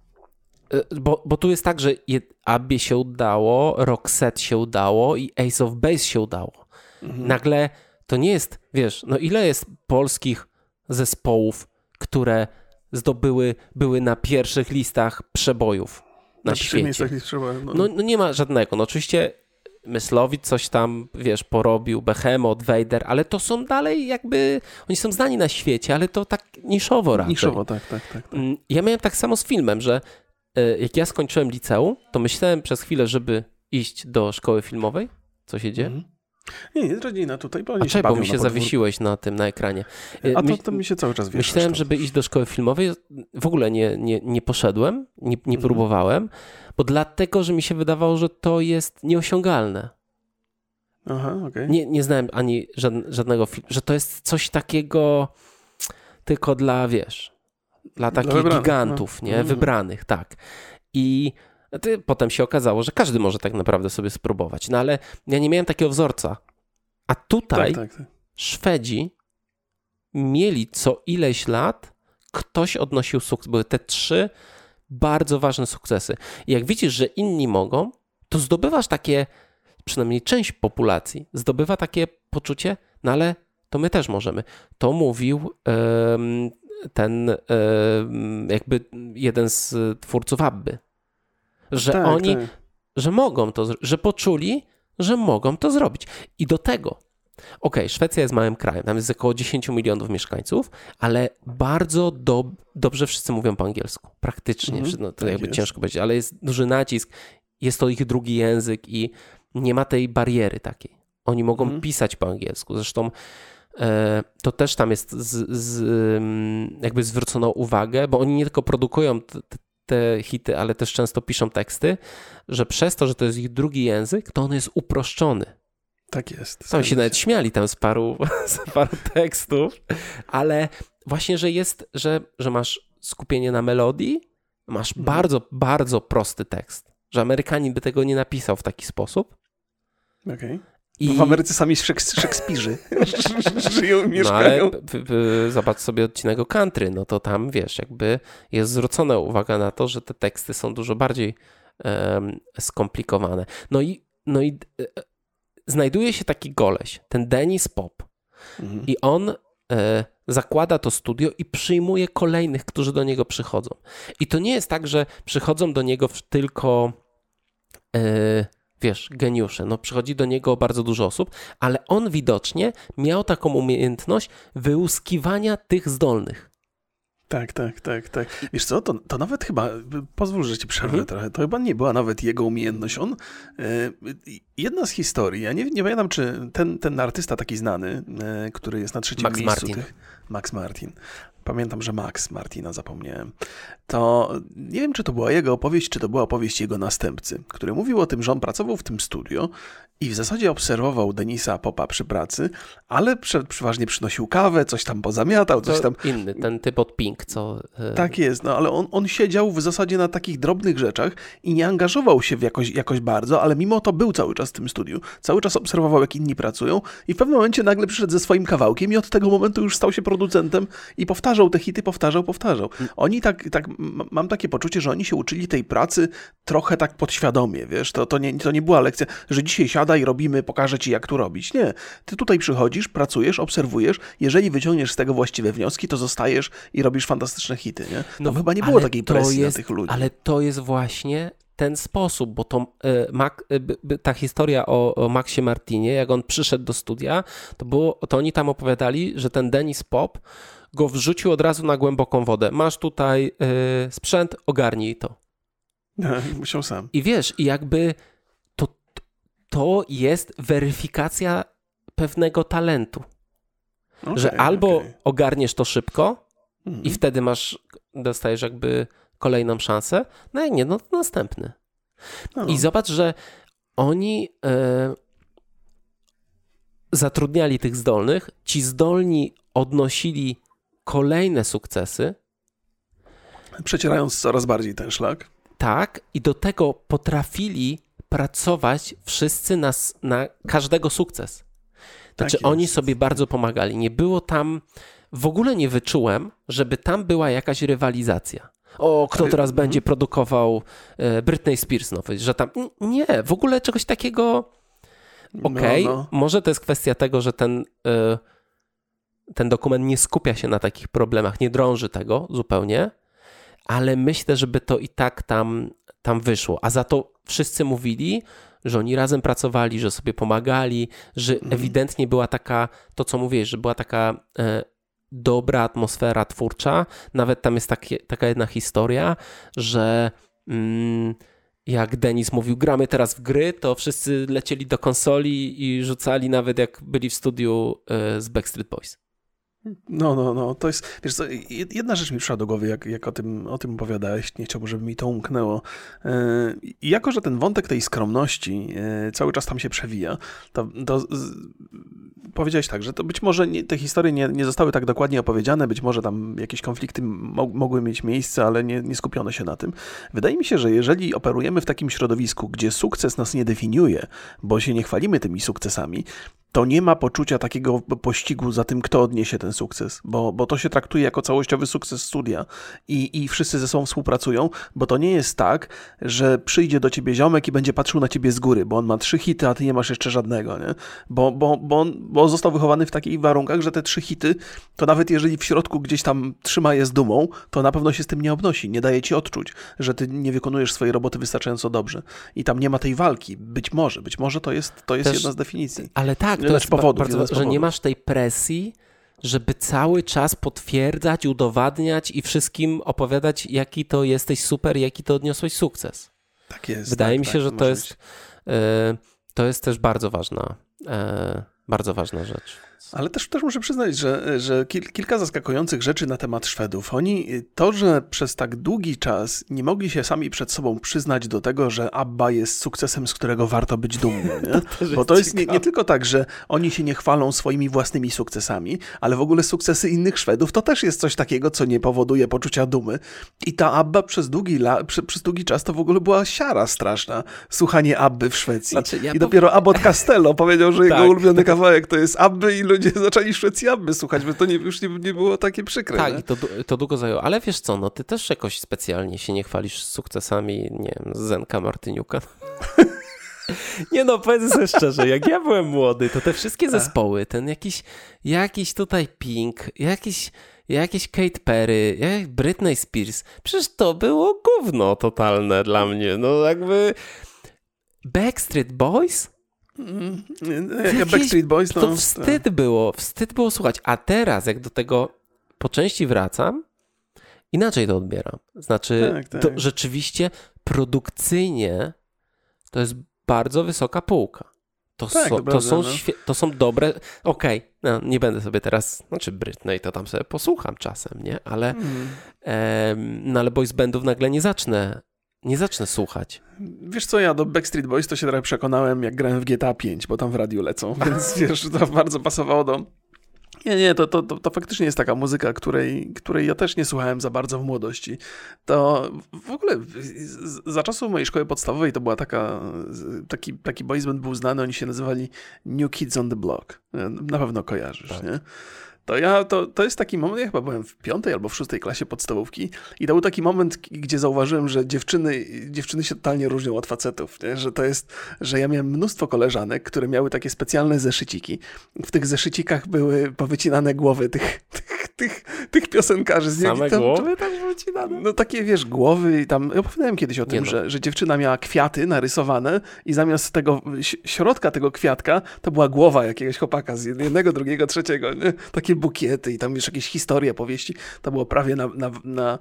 bo, bo tu jest tak, że Abbie się udało, Roxette się udało i Ace of Base się udało. Mhm. Nagle to nie jest, wiesz, no ile jest polskich zespołów, które zdobyły, były na pierwszych listach przebojów na, na świecie. List przebojów, no. No, no nie ma żadnego. No oczywiście Myslowic coś tam, wiesz, porobił, Behemoth, Vader, ale to są dalej jakby, oni są znani na świecie, ale to tak niszowo raczej. Niszowo, tak, tak, tak, tak. Ja miałem tak samo z filmem, że jak ja skończyłem liceum, to myślałem przez chwilę, żeby iść do szkoły filmowej. Co się dzieje? Mm. Nie, nie, rodzina tutaj, bo oni A się bo mi się zawiesiłeś na tym, na ekranie. A to, to mi się cały czas wiesz. Myślałem, żeby iść do szkoły filmowej. W ogóle nie, nie, nie poszedłem, nie, nie mm. próbowałem, bo dlatego, że mi się wydawało, że to jest nieosiągalne. Aha, okej. Okay. Nie, nie znałem ani żadnego filmu, że to jest coś takiego tylko dla, wiesz, dla takich dla gigantów, no. nie? Mm. Wybranych, tak. I ty, potem się okazało, że każdy może tak naprawdę sobie spróbować. No ale ja nie miałem takiego wzorca. A tutaj tak, tak, tak. Szwedzi mieli co ileś lat, ktoś odnosił sukces. Były te trzy bardzo ważne sukcesy. I jak widzisz, że inni mogą, to zdobywasz takie, przynajmniej część populacji, zdobywa takie poczucie, no ale to my też możemy. To mówił um, ten um, jakby jeden z twórców Abby. Że tak, oni, tak. że mogą to, że poczuli, że mogą to zrobić. I do tego, okej, okay, Szwecja jest małym krajem, tam jest około dziesięć milionów mieszkańców, ale bardzo do, dobrze wszyscy mówią po angielsku. Praktycznie, mm-hmm, no, to tak jakby jest. Ciężko powiedzieć, ale jest duży nacisk, jest to ich drugi język i nie ma tej bariery takiej. Oni mogą mm-hmm. pisać po angielsku. Zresztą e, to też tam jest z, z, jakby zwrócono uwagę, bo oni nie tylko produkują t, t, te hity, ale też często piszą teksty, że przez to, że to jest ich drugi język, to on jest uproszczony. Tak jest. Tam się nawet śmiali tam z paru, z paru tekstów, ale właśnie, że jest, że, że masz skupienie na melodii, masz mhm. bardzo, bardzo prosty tekst, że Amerykanin by tego nie napisał w taki sposób. Okej. Okay. I... W Ameryce sami Szekspirzy żyją i mieszkają. No ale p- p- zobacz sobie odcinek o country, no to tam, wiesz, jakby jest zwrócona uwaga na to, że te teksty są dużo bardziej um, skomplikowane. No i, no i e, znajduje się taki goleś, ten Dennis Pop mhm. i on e, zakłada to studio i przyjmuje kolejnych, którzy do niego przychodzą. I to nie jest tak, że przychodzą do niego tylko... E, wiesz, geniusze, no przychodzi do niego bardzo dużo osób, ale on widocznie miał taką umiejętność wyłuskiwania tych zdolnych. Tak, tak, tak, tak. Wiesz co, to, to nawet chyba, pozwól, że ci przerwę mhm. trochę, to chyba nie była nawet jego umiejętność. On, e, jedna z historii, ja nie, nie pamiętam, czy ten, ten artysta taki znany, e, który jest na trzecim Max miejscu Martin. tych, Max Martin. Pamiętam, że Max Martina zapomniałem. To nie wiem, czy to była jego opowieść, czy to była opowieść jego następcy, który mówił o tym, że on pracował w tym studio i w zasadzie obserwował Denisa Popa przy pracy, ale prze, przeważnie przynosił kawę, coś tam pozamiatał, coś to tam... inny, ten typ od Pink, co... Yy... Tak jest, no ale on, on siedział w zasadzie na takich drobnych rzeczach i nie angażował się w jakoś, jakoś bardzo, ale mimo to był cały czas w tym studiu. Cały czas obserwował, jak inni pracują i w pewnym momencie nagle przyszedł ze swoim kawałkiem i od tego momentu już stał się producentem i powtarzał te hity, powtarzał, powtarzał. Oni tak, tak mam takie poczucie, że oni się uczyli tej pracy trochę tak podświadomie, wiesz, to, to, nie, to nie była lekcja, że dzisiaj siada i robimy, pokażę ci, jak tu robić. Nie. Ty tutaj przychodzisz, pracujesz, obserwujesz, jeżeli wyciągniesz z tego właściwe wnioski, to zostajesz i robisz fantastyczne hity, nie? No, no chyba nie było takiej presji jest, na tych ludzi. Ale to jest właśnie ten sposób, bo to, y, Mac, y, ta historia o, o Maxie Martinie, jak on przyszedł do studia, to, było, to oni tam opowiadali, że ten Dennis Pop go wrzucił od razu na głęboką wodę. Masz tutaj y, sprzęt, ogarnij to. Musiał sam. I wiesz, i jakby to, to jest weryfikacja pewnego talentu. Okay, że albo okay. ogarniesz to szybko mhm. i wtedy masz, dostajesz jakby kolejną szansę, no jak nie, no to następny. No. I zobacz, że oni e, zatrudniali tych zdolnych, ci zdolni odnosili kolejne sukcesy. Przecierając coraz bardziej ten szlak. Tak, i do tego potrafili pracować wszyscy na, na każdego sukces. Znaczy tak oni sobie bardzo pomagali. Nie było tam, w ogóle nie wyczułem, żeby tam była jakaś rywalizacja. O, kto teraz Ale... będzie produkował e, Britney Spears nowy, że tam, nie, w ogóle czegoś takiego, okej, okay, no, no. Może to jest kwestia tego, że ten, e, ten dokument nie skupia się na takich problemach, nie drąży tego zupełnie, ale myślę, żeby to i tak tam, tam wyszło. A za to wszyscy mówili, że oni razem pracowali, że sobie pomagali, że mm. ewidentnie była taka, to co mówisz, że była taka e, dobra atmosfera twórcza. Nawet tam jest takie, taka jedna historia, że mm, jak Denis mówił, gramy teraz w gry, to wszyscy lecieli do konsoli i rzucali nawet jak byli w studiu e, z Backstreet Boys. No, no, no, to jest, wiesz co, jedna rzecz mi przyszła do głowy, jak, jak o tym, o tym opowiadałeś, nie chciałbym, żeby mi to umknęło. I jako, że ten wątek tej skromności cały czas tam się przewija, to, to z, powiedziałeś tak, że to być może nie, te historie nie, nie zostały tak dokładnie opowiedziane, być może tam jakieś konflikty mo- mogły mieć miejsce, ale nie, nie skupiono się na tym. Wydaje mi się, że jeżeli operujemy w takim środowisku, gdzie sukces nas nie definiuje, bo się nie chwalimy tymi sukcesami, to nie ma poczucia takiego pościgu za tym, kto odniesie ten sukces, bo, bo to się traktuje jako całościowy sukces studia i, i wszyscy ze sobą współpracują, bo to nie jest tak, że przyjdzie do ciebie ziomek i będzie patrzył na ciebie z góry, bo on ma trzy hity, a ty nie masz jeszcze żadnego, nie? Bo, bo, bo, on, bo on został wychowany w takich warunkach, że te trzy hity, to nawet jeżeli w środku gdzieś tam trzyma je z dumą, to na pewno się z tym nie obnosi, nie daje ci odczuć, że ty nie wykonujesz swojej roboty wystarczająco dobrze i tam nie ma tej walki. Być może, być może to jest, to jest Też, jedna z definicji. Ale tak, to jest powodów, bardzo, że nie masz tej presji, żeby cały czas potwierdzać, udowadniać i wszystkim opowiadać, jaki to jesteś super, jaki to odniosłeś sukces. Tak jest. Wydaje tak, mi się, tak, że to jest, yy, to jest też bardzo ważna, yy, bardzo ważna rzecz. Ale też, też muszę przyznać, że, że kil, kilka zaskakujących rzeczy na temat Szwedów. Oni, to, że przez tak długi czas nie mogli się sami przed sobą przyznać do tego, że ABBA jest sukcesem, z którego warto być dumnym. Nie? To Bo to jest nie, nie tylko tak, że oni się nie chwalą swoimi własnymi sukcesami, ale w ogóle sukcesy innych Szwedów to też jest coś takiego, co nie powoduje poczucia dumy. I ta ABBA przez długi, la, przez, przez długi czas to w ogóle była siara straszna, słuchanie ABBY w Szwecji. Znaczy, ja I po... dopiero Abbot Costello powiedział, że jego tak. ulubiony kawałek to jest ABBY i ludzie zaczęli Szwecji ABBY słuchać, bo to nie, już nie, nie było takie przykre. Tak, nie? i to, to długo zajęło. Ale wiesz co, no ty też jakoś specjalnie się nie chwalisz sukcesami, nie wiem, Zenka Martyniuka. Nie no, powiedzmy sobie szczerze, jak ja byłem młody, to te wszystkie zespoły, ten jakiś, jakiś tutaj Pink, jakiś, jakiś Katy Perry, jak Britney Spears, przecież to było gówno totalne dla mnie. No jakby Backstreet Boys? Mm, jak Jakieś, Backstreet Boys, no, to wstyd tak. było, wstyd było słuchać. A teraz, jak do tego po części wracam, inaczej to odbieram. Znaczy, tak, tak. To rzeczywiście produkcyjnie to jest bardzo wysoka półka. To, tak, so, to, to, są, no. świe- to są dobre... Okej, okay, no, nie będę sobie teraz... Znaczy Britney to tam sobie posłucham czasem, nie? Ale, mm. e, no, ale boys bandów nagle nie zacznę Nie zacznę słuchać. Wiesz co, ja do Backstreet Boys to się trochę przekonałem, jak grałem w G T A pięć, bo tam w radiu lecą, więc wiesz, to bardzo pasowało do... Nie, nie, to, to, to, to faktycznie jest taka muzyka, której, której ja też nie słuchałem za bardzo w młodości. To w ogóle za czasów mojej szkoły podstawowej to była taka, taki, taki boys band był znany, oni się nazywali New Kids on the Block. Na pewno kojarzysz, tak. nie? To ja, to, to jest taki moment, ja chyba byłem w piątej albo w szóstej klasie podstawówki i to był taki moment, gdzie zauważyłem, że dziewczyny, dziewczyny się totalnie różnią od facetów, nie? Że to jest, że ja miałem mnóstwo koleżanek, które miały takie specjalne zeszyciki. W tych zeszycikach były powycinane głowy tych, tych, tych, tych piosenkarzy. Z Same tam, głowy tam wycinane? No takie, wiesz, głowy i tam... Ja opowiadałem kiedyś o tym, no. że, że dziewczyna miała kwiaty narysowane i zamiast tego środka tego kwiatka to była głowa jakiegoś chłopaka z jednego, drugiego, trzeciego. Nie? Takie bukiety i tam już jakieś historie, opowieści. To było prawie na... na, na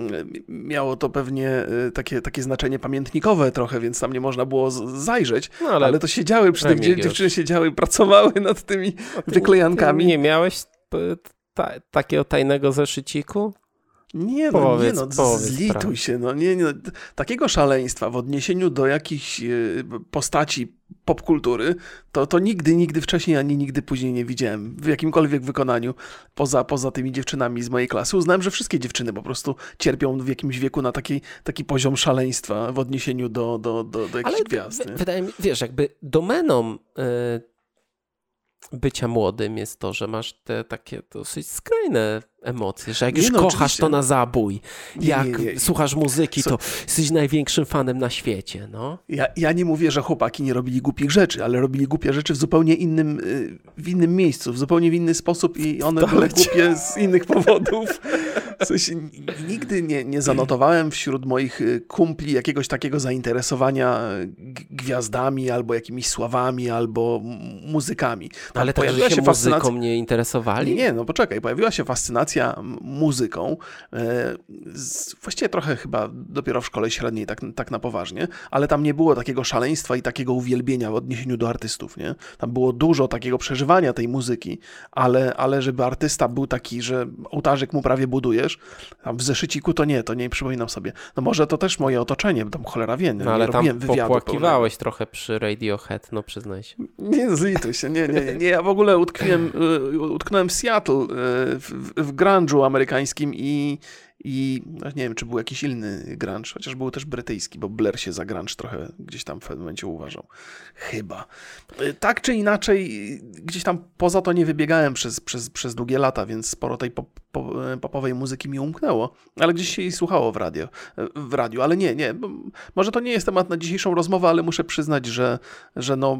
miało to pewnie takie, takie znaczenie pamiętnikowe trochę, więc tam nie można było zajrzeć, no, ale, ale to siedziały przy tych dziewczyny, siedziały, pracowały nad tymi wyklejankami. Nie miałeś ta, takiego tajnego zeszyciku? Nie, no, powiedz, nie, no powiedz, zlituj prawda. się. No, nie, nie, takiego szaleństwa w odniesieniu do jakichś postaci popkultury, to, to nigdy, nigdy wcześniej, ani nigdy później nie widziałem w jakimkolwiek wykonaniu, poza, poza tymi dziewczynami z mojej klasy. Uznałem, że wszystkie dziewczyny po prostu cierpią w jakimś wieku na taki, taki poziom szaleństwa w odniesieniu do, do, do, do jakichś Ale gwiazd. W, nie? wydaje mi, wiesz, jakby domeną y, bycia młodym jest to, że masz te takie dosyć skrajne emocje, że jak Nie już no, kochasz, oczywiście. to na zabój. Nie, Jak nie, nie. słuchasz muzyki, Co? to jesteś największym fanem na świecie, no. Ja, ja nie mówię, że chłopaki nie robili głupich rzeczy, ale robili głupie rzeczy w zupełnie innym, w innym miejscu, w zupełnie w inny sposób i one były głupie z innych powodów. W sensie, nigdy nie, nie zanotowałem wśród moich kumpli jakiegoś takiego zainteresowania gwiazdami, albo jakimiś sławami, albo muzykami. Tam ale tak, że się, się muzyką nie interesowali? Nie, no poczekaj, pojawiła się fascynacja muzyką, właściwie trochę chyba dopiero w szkole średniej, tak, tak na poważnie, ale tam nie było takiego szaleństwa i takiego uwielbienia w odniesieniu do artystów, nie? Tam było dużo takiego przeżywania tej muzyki, ale, ale żeby artysta był taki, że ołtarzyk mu prawie budujesz, tam w zeszyciku to nie, to nie przypominam sobie. No może to też moje otoczenie, tam cholera wie, nie, no, ale nie tam popłakiwałeś pełnego. trochę przy Radiohead, no przyznaj się. Nie, zlituj się, nie, nie, nie, ja w ogóle utkwiłem, utknąłem w Seattle, w, w grunge'u amerykańskim i I nie wiem, czy był jakiś inny grunge, chociaż był też brytyjski, bo Blair się za grunge trochę gdzieś tam w pewnym momencie uważał. Chyba. Tak czy inaczej, gdzieś tam poza to nie wybiegałem przez, przez, przez długie lata, więc sporo tej pop, pop, popowej muzyki mi umknęło, ale gdzieś się jej słuchało w radio, w radiu. Ale nie, nie. Może to nie jest temat na dzisiejszą rozmowę, ale muszę przyznać, że, że no,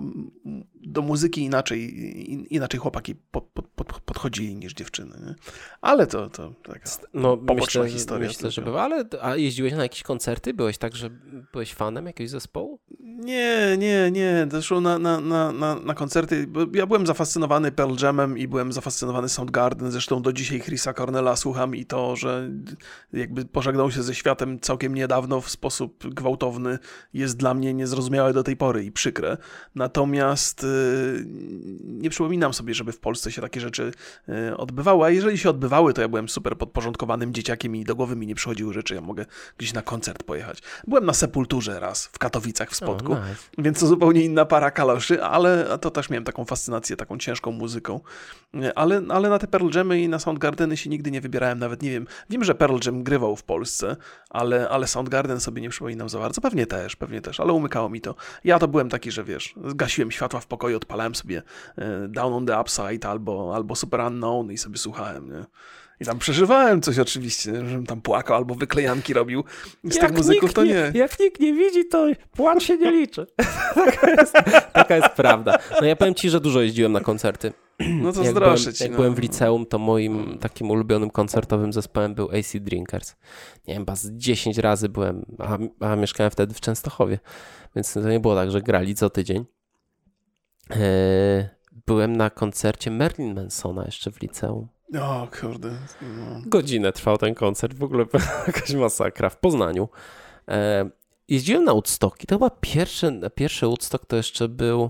do muzyki inaczej, inaczej chłopaki pod, pod, pod, podchodzili niż dziewczyny. Nie? Ale to, to taka no, poboczna myślę, historia. Myślę, że bywa. Ale a jeździłeś na jakieś koncerty? Byłeś tak, że byłeś fanem jakiegoś zespołu? Nie, nie, nie. Zresztą na, na, na, na, na koncerty, bo ja byłem zafascynowany Pearl Jamem i byłem zafascynowany Soundgarden. Zresztą do dzisiaj Chrisa Cornella słucham i to, że jakby pożegnał się ze światem całkiem niedawno w sposób gwałtowny, jest dla mnie niezrozumiałe do tej pory i przykre. Natomiast yy, nie przypominam sobie, żeby w Polsce się takie rzeczy yy, odbywały, a jeżeli się odbywały, to ja byłem super podporządkowanym dzieciakiem i do głowy mi nie przychodziły rzeczy, ja mogę gdzieś na koncert pojechać. Byłem na Sepulturze raz w Katowicach w Spodku, oh, nice. Więc to zupełnie inna para kaloszy, ale to też miałem taką fascynację, taką ciężką muzyką. Ale, ale na te Pearl Jamy i na Soundgardeny się nigdy nie wybierałem, nawet nie wiem. Wiem, że Pearl Jam grywał w Polsce, ale, ale Soundgarden sobie nie przypominam za bardzo. Pewnie też, pewnie też, ale umykało mi to. Ja to byłem taki, że wiesz, zgasiłem światła w pokoju, odpalałem sobie Down on the Upside albo, albo Super Unknown i sobie słuchałem, nie? I tam przeżywałem coś oczywiście, żebym tam płakał albo wyklejanki robił. Z jak tych muzyków to nie, nie. Jak nikt nie widzi, to płacz się nie liczy. taka, jest, taka jest prawda. No ja powiem ci, że dużo jeździłem na koncerty. No to jak zdroszę byłem, ci. Jak no. byłem w liceum, to moim takim ulubionym koncertowym zespołem był A C Drinkers. Nie wiem, chyba z dziesięć razy byłem, a, a mieszkałem wtedy w Częstochowie, więc to nie było tak, że grali co tydzień. Eee, byłem na koncercie Marilyn Mansona jeszcze w liceum. O kurde. No. Godzinę trwał ten koncert, w ogóle jakaś masakra w Poznaniu. E, jeździłem na Woodstocki, to chyba pierwszy, pierwszy Woodstock to jeszcze był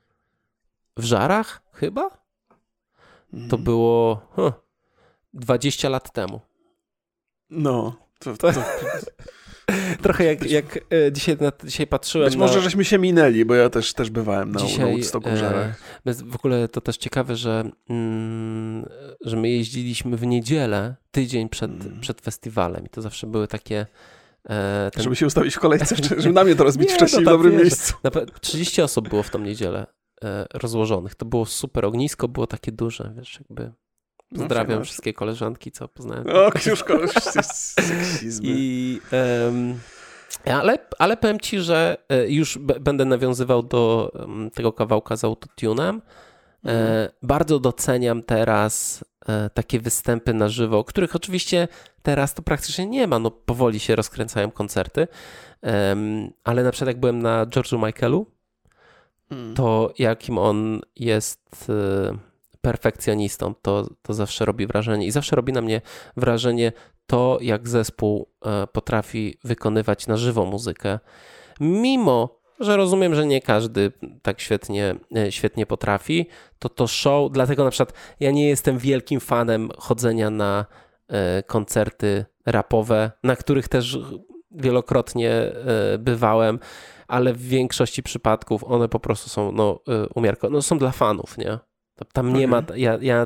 w Żarach chyba? Mm. To było huh, dwadzieścia lat temu. No. To, to... Trochę jak, jak e, dzisiaj, na, dzisiaj patrzyłem Być może na... żeśmy się minęli, bo ja też, też bywałem na, dzisiaj, na Woodstocku w Żarach. E, w ogóle to też ciekawe, że, mm, że my jeździliśmy w niedzielę, tydzień przed, mm. przed festiwalem i to zawsze były takie... E, ten... Żeby się ustawić w kolejce, żeby na mnie to rozbić nie, wcześniej no w dobrym wiesz, miejscu. trzydzieści osób było w tą niedzielę e, rozłożonych. To było super. Ognisko było takie duże, wiesz, jakby... Pozdrawiam no, wszystkie koleżanki, co poznałem. O, Ksiuszko, seksizmy. I, um, ale, ale powiem ci, że już b- będę nawiązywał do um, tego kawałka z autotunem. E, bardzo doceniam teraz e, takie występy na żywo, których oczywiście teraz to praktycznie nie ma, no powoli się rozkręcają koncerty, e, ale na przykład jak byłem na George'u Michaelu, mm. to jakim on jest e, perfekcjonistą, to, to zawsze robi wrażenie i zawsze robi na mnie wrażenie to, jak zespół e, potrafi wykonywać na żywo muzykę, mimo że rozumiem, że nie każdy tak świetnie, świetnie potrafi, to to show, dlatego na przykład ja nie jestem wielkim fanem chodzenia na koncerty rapowe, na których też wielokrotnie bywałem, ale w większości przypadków one po prostu są no, umiarkowane, no są dla fanów, nie? Tam nie ma, ja, ja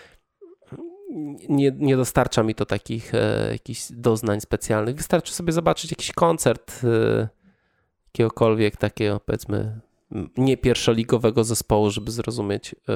nie, nie dostarcza mi to takich jakichś doznań specjalnych, wystarczy sobie zobaczyć jakiś koncert jakiegokolwiek takiego, powiedzmy, nie pierwszoligowego zespołu, żeby zrozumieć yy,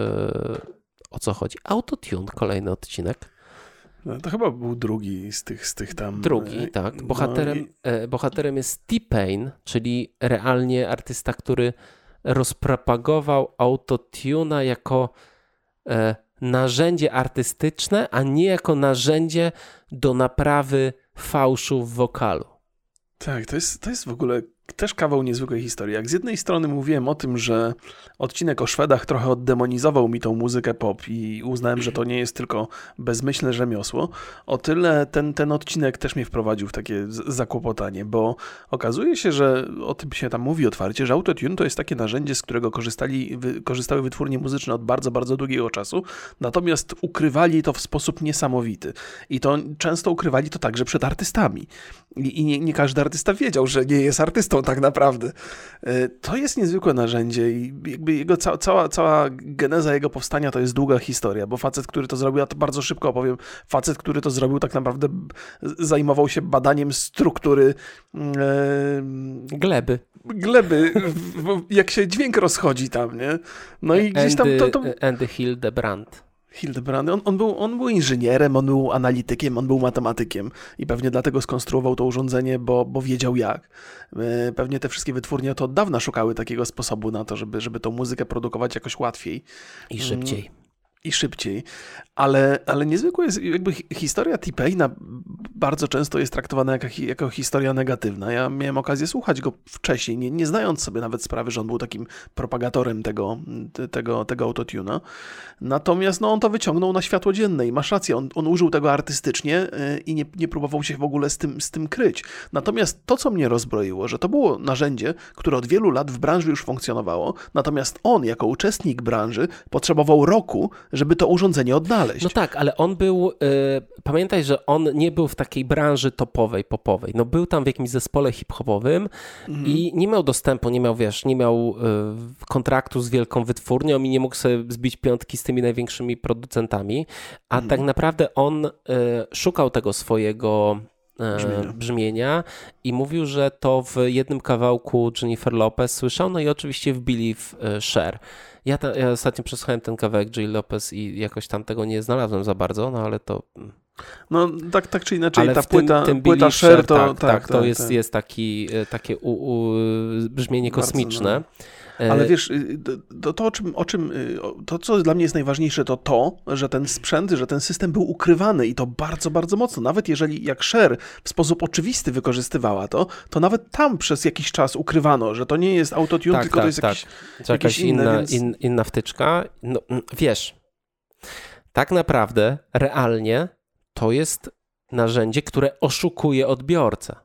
o co chodzi. Autotune, kolejny odcinek. No, to chyba był drugi z tych, z tych tam... Drugi, tak. Bohaterem, no i... bohaterem jest T-Pain, czyli realnie artysta, który rozpropagował autotuna jako e, narzędzie artystyczne, a nie jako narzędzie do naprawy fałszu w wokalu. Tak, to jest, to jest w ogóle też kawał niezwykłej historii. Jak z jednej strony mówiłem o tym, że odcinek o Szwedach trochę oddemonizował mi tą muzykę pop i uznałem, że to nie jest tylko bezmyślne rzemiosło, o tyle ten, ten odcinek też mnie wprowadził w takie zakłopotanie, bo okazuje się, że o tym się tam mówi otwarcie, że autotune to jest takie narzędzie, z którego korzystali, wy, korzystały wytwórnie muzyczne od bardzo, bardzo długiego czasu, natomiast ukrywali to w sposób niesamowity. I to często ukrywali to także przed artystami. I, i nie, nie każdy artysta wiedział, że nie jest artystą tak naprawdę. To jest niezwykłe narzędzie i jakby jego ca- cała, cała geneza jego powstania to jest długa historia, bo facet, który to zrobił, ja to bardzo szybko opowiem, facet, który to zrobił, tak naprawdę zajmował się badaniem struktury e, gleby. Gleby, jak się dźwięk rozchodzi tam, nie? No i gdzieś tam to... to... Andy Hildebrand. Hildebrand, on, on, był, on był inżynierem, on był analitykiem, on był matematykiem i pewnie dlatego skonstruował to urządzenie, bo, bo wiedział jak. Pewnie te wszystkie wytwórnie to od dawna szukały takiego sposobu na to, żeby, żeby tą muzykę produkować jakoś łatwiej. I szybciej. I szybciej, ale, ale niezwykła jest jakby historia T-Paina bardzo często jest traktowana jako, jako historia negatywna. Ja miałem okazję słuchać go wcześniej, nie, nie znając sobie nawet sprawy, że on był takim propagatorem tego, tego, tego autotuna. Natomiast no, on to wyciągnął na światło dzienne i masz rację, on, on użył tego artystycznie i nie, nie próbował się w ogóle z tym, z tym kryć. Natomiast to, co mnie rozbroiło, że to było narzędzie, które od wielu lat w branży już funkcjonowało, natomiast on jako uczestnik branży potrzebował roku, żeby to urządzenie odnaleźć. No tak, ale on był, y, pamiętaj, że on nie był w takiej branży topowej, popowej. No był tam w jakimś zespole hip-hopowym mhm. i nie miał dostępu, nie miał, wiesz, nie miał y, kontraktu z wielką wytwórnią i nie mógł sobie zbić piątki z tymi największymi producentami, a mhm. tak naprawdę on y, szukał tego swojego Brzmienia. brzmienia i mówił, że to w jednym kawałku Jennifer Lopez słyszał, no i oczywiście wbili w Cher. Ja, ta, ja ostatnio przesłuchałem ten kawałek J. Lopez i jakoś tam tego nie znalazłem za bardzo, no ale to... No tak, tak czy inaczej, ale ta w tym, płyta, tym płyta Cher to... Tak, tak, tak, to tak, jest, tak. jest taki, takie u, u, brzmienie bardzo, kosmiczne. No. Ale wiesz, to, to, o czym, o czym, to co dla mnie jest najważniejsze, to to, że ten sprzęt, że ten system był ukrywany i to bardzo, bardzo mocno. Nawet jeżeli jak Cher w sposób oczywisty wykorzystywała to, to nawet tam przez jakiś czas ukrywano, że to nie jest autotune, tak, tylko tak, to jest tak. jakiś, jakaś inne, inna, więc... in, inna wtyczka. No, wiesz, tak naprawdę, realnie to jest narzędzie, które oszukuje odbiorcę.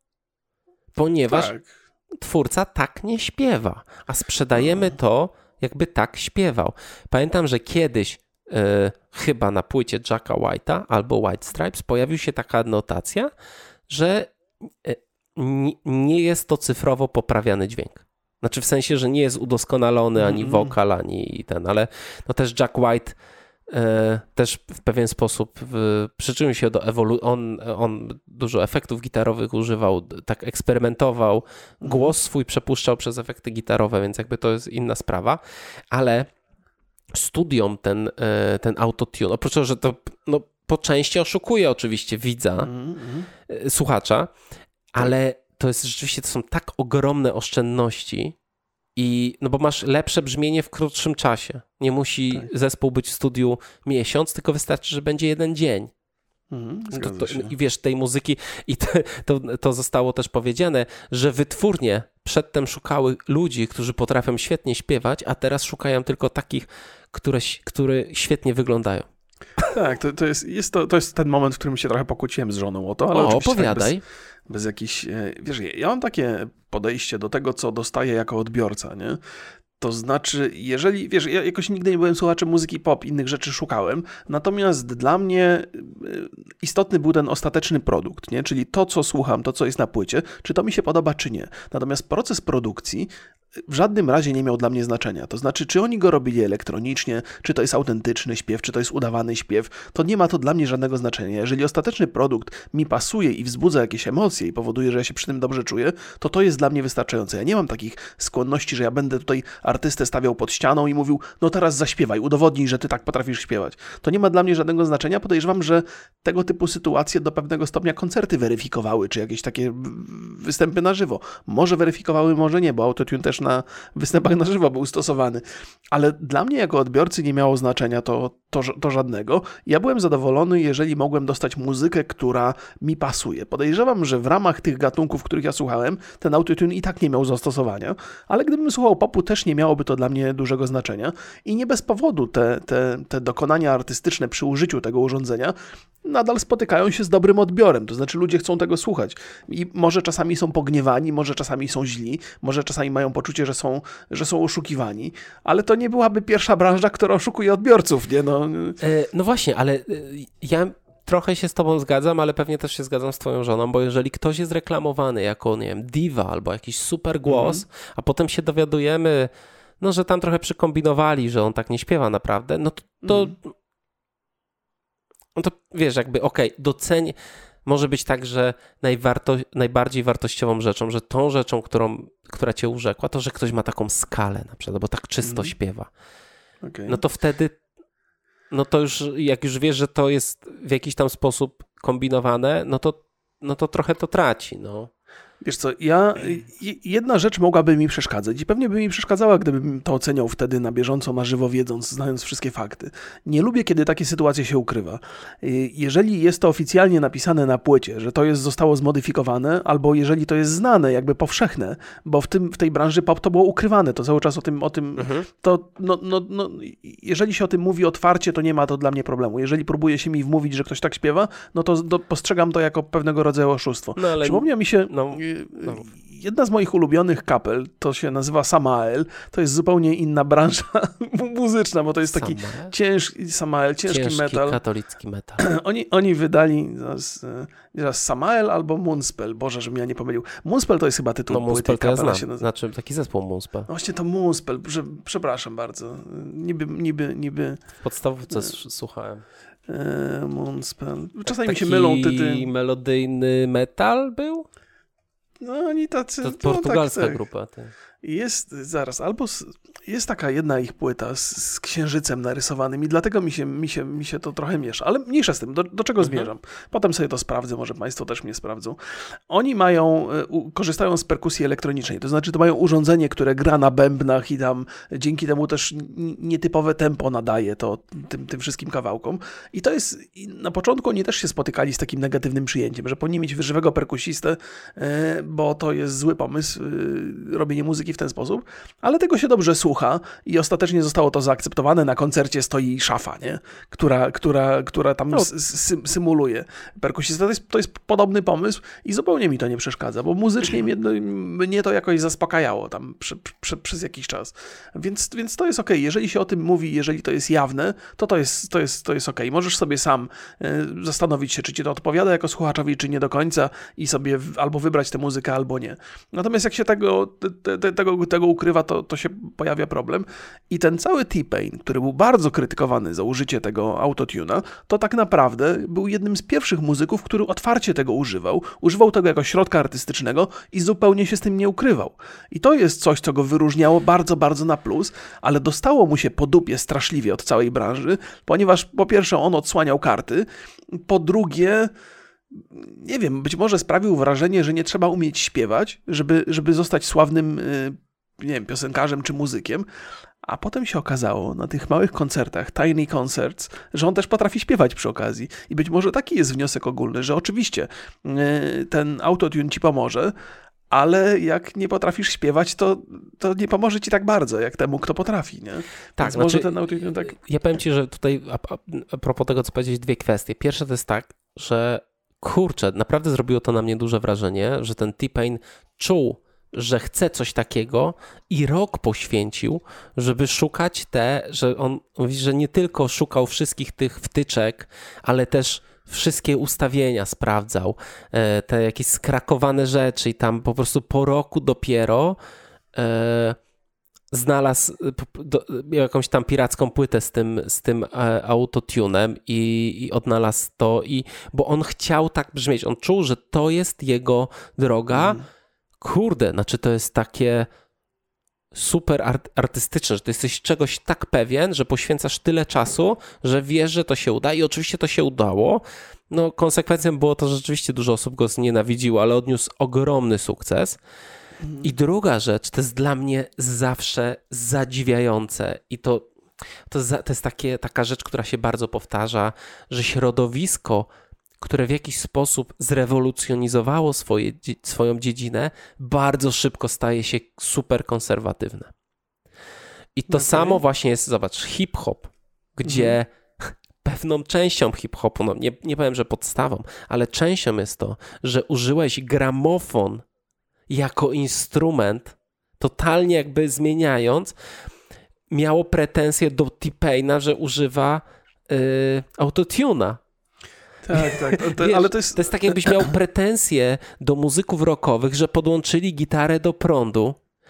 Ponieważ... Tak. Twórca tak nie śpiewa, a sprzedajemy to, jakby tak śpiewał. Pamiętam, że kiedyś yy, chyba na płycie Jacka White'a albo White Stripes pojawiła się taka notacja, że yy, nie jest to cyfrowo poprawiany dźwięk. Znaczy w sensie, że nie jest udoskonalony ani wokal, ani ten, ale no też Jack White E, też w pewien sposób w, przyczynił się do ewolucji. On, on dużo efektów gitarowych używał, tak eksperymentował, głos swój przepuszczał przez efekty gitarowe, więc jakby to jest inna sprawa, ale studiom ten, ten autotune, oprócz tego, że to no, po części oszukuje oczywiście widza, mm-hmm. słuchacza, ale to jest rzeczywiście, to są tak ogromne oszczędności, I, no bo masz lepsze brzmienie w krótszym czasie. Nie musi tak. zespół być w studiu miesiąc, tylko wystarczy, że będzie jeden dzień. Mhm, to, to, I wiesz, tej muzyki, i to, to, to zostało też powiedziane, że wytwórnie przedtem szukały ludzi, którzy potrafią świetnie śpiewać, a teraz szukają tylko takich, które, które świetnie wyglądają. Tak, to, to, jest, jest to, to jest ten moment, w którym się trochę pokłóciłem z żoną o to, ale o, oczywiście opowiadaj. Tak bez, bez jakichś, wiesz, ja mam takie podejście do tego, co dostaję jako odbiorca, nie? To znaczy, jeżeli, wiesz, ja jakoś nigdy nie byłem słuchaczem muzyki pop, innych rzeczy szukałem, natomiast dla mnie istotny był ten ostateczny produkt, nie? Czyli to, co słucham, to, co jest na płycie, czy to mi się podoba, czy nie. Natomiast proces produkcji w żadnym razie nie miał dla mnie znaczenia. To znaczy, czy oni go robili elektronicznie, czy to jest autentyczny śpiew, czy to jest udawany śpiew, to nie ma to dla mnie żadnego znaczenia. Jeżeli ostateczny produkt mi pasuje i wzbudza jakieś emocje i powoduje, że ja się przy tym dobrze czuję, to to jest dla mnie wystarczające. Ja nie mam takich skłonności, że ja będę tutaj artystę stawiał pod ścianą i mówił, no teraz zaśpiewaj, udowodnij, że ty tak potrafisz śpiewać. To nie ma dla mnie żadnego znaczenia. Podejrzewam, że tego typu sytuacje do pewnego stopnia koncerty weryfikowały, czy jakieś takie występy na żywo. Może weryfikowały, może nie, bo autotune też na występach na żywo był stosowany. Ale dla mnie jako odbiorcy nie miało znaczenia to, to, to żadnego. Ja byłem zadowolony, jeżeli mogłem dostać muzykę, która mi pasuje. Podejrzewam, że w ramach tych gatunków, których ja słuchałem, ten autotune i tak nie miał zastosowania, ale gdybym słuchał popu, też nie miałoby to dla mnie dużego znaczenia. I nie bez powodu te, te, te dokonania artystyczne przy użyciu tego urządzenia nadal spotykają się z dobrym odbiorem. To znaczy ludzie chcą tego słuchać. I może czasami są pogniewani, może czasami są źli, może czasami mają poczucie, że są, że są oszukiwani, ale to nie byłaby pierwsza branża, która oszukuje odbiorców, nie? No, e, no właśnie, ale ja trochę się z tobą zgadzam, ale pewnie też się zgadzam z twoją żoną, bo jeżeli ktoś jest reklamowany jako, nie wiem, diva albo jakiś super głos, mm. a potem się dowiadujemy, no, że tam trochę przykombinowali, że on tak nie śpiewa naprawdę, no to, to, mm. no to wiesz, jakby okej, okay, doceni... Może być tak, że najwarto, najbardziej wartościową rzeczą, że tą rzeczą, którą, która cię urzekła, to, że ktoś ma taką skalę na przykład, bo tak czysto mm. śpiewa. Okay. No to wtedy, no to już, jak już wiesz, że to jest w jakiś tam sposób kombinowane, no to, no to trochę to traci, no. Wiesz co, ja, jedna rzecz mogłaby mi przeszkadzać i pewnie by mi przeszkadzała, gdybym to oceniał wtedy na bieżąco, na żywo, wiedząc, znając wszystkie fakty. Nie lubię, kiedy takie sytuacje się ukrywa. Jeżeli jest to oficjalnie napisane na płycie, że to jest, zostało zmodyfikowane, albo jeżeli to jest znane, jakby powszechne, bo w, tym, w tej branży pop to było ukrywane, to cały czas o tym, o tym mhm. to no, no, no, jeżeli się o tym mówi otwarcie, to nie ma to dla mnie problemu. Jeżeli próbuje się mi wmówić, że ktoś tak śpiewa, no to do, postrzegam to jako pewnego rodzaju oszustwo. No, ale... Przypomniał mi się... No. No. Jedna z moich ulubionych kapel to się nazywa Samael. To jest zupełnie inna branża muzyczna, bo to jest taki Samael? ciężki Samael, ciężki, ciężki metal. katolicki metal. Oni, oni wydali zaraz, zaraz Samael albo Moonspell. Boże, żebym ja nie pomylił. Moonspell to jest chyba tytuł no, płyty. Moonspell to ja znam. Się nazywa. Znaczy taki zespół Moonspell. No właśnie to Moonspell. Prze, przepraszam bardzo. Niby, niby, niby... W podstawówce słuchałem. Moonspell. Czasami mi się mylą tytuły. Taki melodyjny metal był? No oni tacy... To portugalska no, tak, grupa. Tak. Jest, zaraz, albo z, jest taka jedna ich płyta z, z księżycem narysowanym i dlatego mi się, mi się, mi się to trochę miesza. Ale mniejsza z tym, do, do czego mhm. zmierzam? Potem sobie to sprawdzę, może państwo też mnie sprawdzą. Oni mają, u, korzystają z perkusji elektronicznej, to znaczy to mają urządzenie, które gra na bębnach i tam dzięki temu też nietypowe tempo nadaje to tym, tym wszystkim kawałkom. I to jest, na początku oni też się spotykali z takim negatywnym przyjęciem, że powinni mieć żywego perkusistę, bo to jest zły pomysł, robienie muzyki w ten sposób, ale tego się dobrze słucha i ostatecznie zostało to zaakceptowane. Na koncercie stoi szafa, nie? Która, która, która tam no. sy symuluje perkusistę. To jest, to jest podobny pomysł i zupełnie mi to nie przeszkadza, bo muzycznie mnie, mnie to jakoś zaspokajało tam przy, przy, przez jakiś czas. Więc, więc to jest okej. Jeżeli się o tym mówi, jeżeli to jest jawne, to to jest, to jest, to jest okej. Możesz sobie sam y, zastanowić się, czy ci to odpowiada jako słuchaczowi, czy nie do końca i sobie w, albo wybrać tę muzykę, albo nie. Natomiast jak się tego, te, te, tego, tego ukrywa, to, to się pojawia problem. I ten cały T-Pain, który był bardzo krytykowany za użycie tego autotuna, to tak naprawdę był jednym z pierwszych muzyków, który otwarcie tego używał. Używał tego jako środka artystycznego i zupełnie się z tym nie ukrywał. I to jest coś, co go wyróżniało bardzo, bardzo na plus, ale dostało mu się po dupie straszliwie od całej branży, ponieważ po pierwsze on odsłaniał karty, po drugie nie wiem, być może sprawił wrażenie, że nie trzeba umieć śpiewać, żeby, żeby zostać sławnym nie wiem, piosenkarzem czy muzykiem, a potem się okazało na tych małych koncertach, tiny concerts, że on też potrafi śpiewać przy okazji. I być może taki jest wniosek ogólny, że oczywiście ten autotune ci pomoże, ale jak nie potrafisz śpiewać, to, to nie pomoże ci tak bardzo, jak temu, kto potrafi, nie? Tak, Więc znaczy, może ten autotune tak... Ja powiem ci, że tutaj a, a, a propos tego, co powiedziałeś, dwie kwestie. Pierwsza to jest tak, że kurczę, naprawdę zrobiło to na mnie duże wrażenie, że ten T-Pain czuł, że chce coś takiego i rok poświęcił, żeby szukać te, że on mówi, że nie tylko szukał wszystkich tych wtyczek, ale też wszystkie ustawienia sprawdzał, te jakieś skrakowane rzeczy i tam po prostu po roku dopiero e, znalazł do, jakąś tam piracką płytę z tym, z tym autotunem i, i odnalazł to, i, bo on chciał tak brzmieć, on czuł, że to jest jego droga. Mm. Kurde, znaczy to jest takie super art- artystyczne, że ty jesteś czegoś tak pewien, że poświęcasz tyle czasu, że wiesz, że to się uda i oczywiście to się udało. No konsekwencją było to, że rzeczywiście dużo osób go znienawidziło, ale odniósł ogromny sukces. Mhm. I druga rzecz, to jest dla mnie zawsze zadziwiające i to, to, za, to jest takie, taka rzecz, która się bardzo powtarza, że środowisko, które w jakiś sposób zrewolucjonizowało swoje, swoją dziedzinę, bardzo szybko staje się super konserwatywne. I to okay. samo właśnie jest, zobacz, hip-hop, gdzie mhm. pewną częścią hip-hopu, no nie, nie powiem, że podstawą, ale częścią jest to, że użyłeś gramofon jako instrument, totalnie jakby zmieniając, miało pretensje do T-Paina, że używa yy, autotuna. Tak, tak. To, to, Wiesz, ale to jest... to jest tak, jakbyś miał pretensje do muzyków rockowych, że podłączyli gitarę do prądu.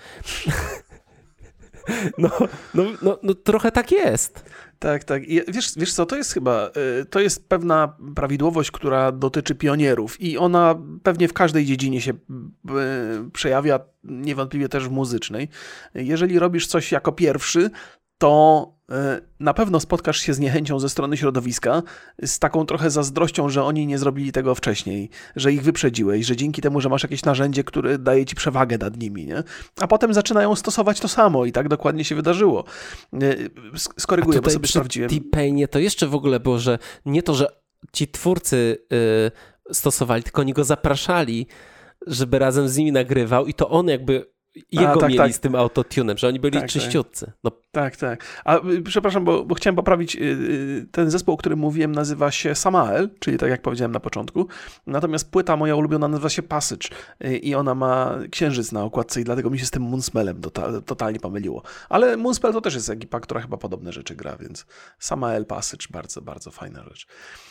No, no, no, no trochę tak jest. Tak, tak. I wiesz, wiesz co, to jest chyba, to jest pewna prawidłowość, która dotyczy pionierów i ona pewnie w każdej dziedzinie się przejawia, niewątpliwie też w muzycznej. Jeżeli robisz coś jako pierwszy, to na pewno spotkasz się z niechęcią ze strony środowiska, z taką trochę zazdrością, że oni nie zrobili tego wcześniej, że ich wyprzedziłeś, że dzięki temu, że masz jakieś narzędzie, które daje ci przewagę nad nimi, nie? A potem zaczynają stosować to samo i tak dokładnie się wydarzyło. Skoryguję, bo sobie sprawdziłem. W T-Painie to jeszcze w ogóle było, że nie to, że ci twórcy yy, stosowali, tylko oni go zapraszali, żeby razem z nimi nagrywał i to on jakby Jego A, tak, mieli tak. z tym autotunem, że oni byli tak, czyściutcy. No. Tak, tak. A przepraszam, bo, bo chciałem poprawić, ten zespół, o którym mówiłem, nazywa się Samael, czyli tak jak powiedziałem na początku. Natomiast płyta moja ulubiona nazywa się Passage i ona ma księżyc na okładce i dlatego mi się z tym Moonspellem total, totalnie pomyliło. Ale Moonspell to też jest ekipa, która chyba podobne rzeczy gra, więc Samael Passage, bardzo, bardzo fajna rzecz.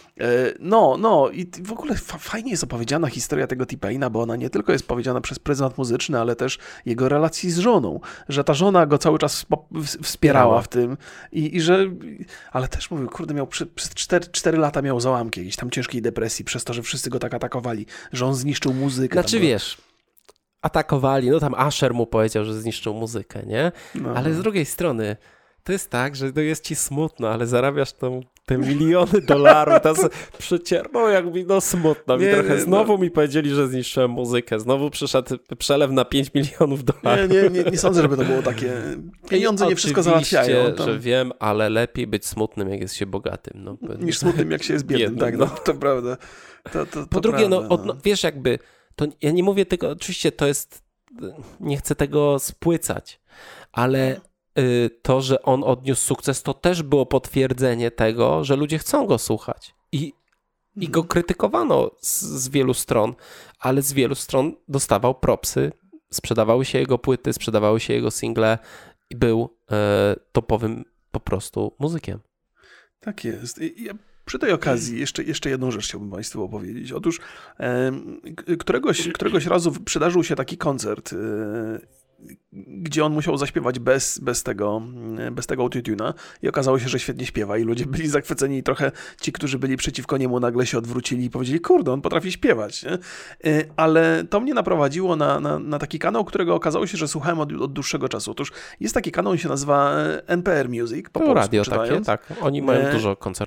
No, no i w ogóle fajnie jest opowiedziana historia tego T-Paina, bo ona nie tylko jest powiedziana przez pryzmat muzyczny, ale też jego relacji z żoną, że ta żona go cały czas wspierała w tym i, i że, ale też mówił, kurde, miał przy, przez cztery lata miał załamki jakiejś tam ciężkiej depresji przez to, że wszyscy go tak atakowali, że on zniszczył muzykę. Znaczy wiesz, atakowali, no tam Asher mu powiedział, że zniszczył muzykę, nie? No. Ale z drugiej strony to jest tak, że to jest ci smutno, ale zarabiasz tą, te miliony dolarów, to przecież, no jak mi, no smutno mi nie, trochę. Nie, znowu no. mi powiedzieli, że zniszczyłem muzykę, znowu przyszedł przelew na pięć milionów dolarów. Nie, nie, nie, nie sądzę, żeby to było takie, pieniądze nie wszystko załatwiają. Tam. Że wiem, ale lepiej być smutnym, jak jest się bogatym. No, niż smutnym, jak się jest biednym, biednym tak, no. no, to prawda. To, to, to po drugie, prawda, no, od, no wiesz jakby, to ja nie mówię tego, oczywiście to jest, nie chcę tego spłycać, ale to, że on odniósł sukces, to też było potwierdzenie tego, że ludzie chcą go słuchać. I, i go krytykowano z, z wielu stron, ale z wielu stron dostawał propsy, sprzedawały się jego płyty, sprzedawały się jego single i był e, topowym po prostu muzykiem. Tak jest. I, ja przy tej okazji jeszcze, jeszcze jedną rzecz chciałbym Państwu opowiedzieć. Otóż e, któregoś, któregoś razu przydarzył się taki koncert, e, gdzie on musiał zaśpiewać bez, bez tego, bez tego autotuna i okazało się, że świetnie śpiewa i ludzie byli zachwyceni i trochę ci, którzy byli przeciwko niemu, nagle się odwrócili i powiedzieli, kurde, on potrafi śpiewać, nie? Ale to mnie naprowadziło na, na, na taki kanał, którego okazało się, że słuchałem od, od dłuższego czasu. Otóż jest taki kanał, on się nazywa N P R Music, po to polsku radio czytając. takie, tak. Oni mają dużo koncertów.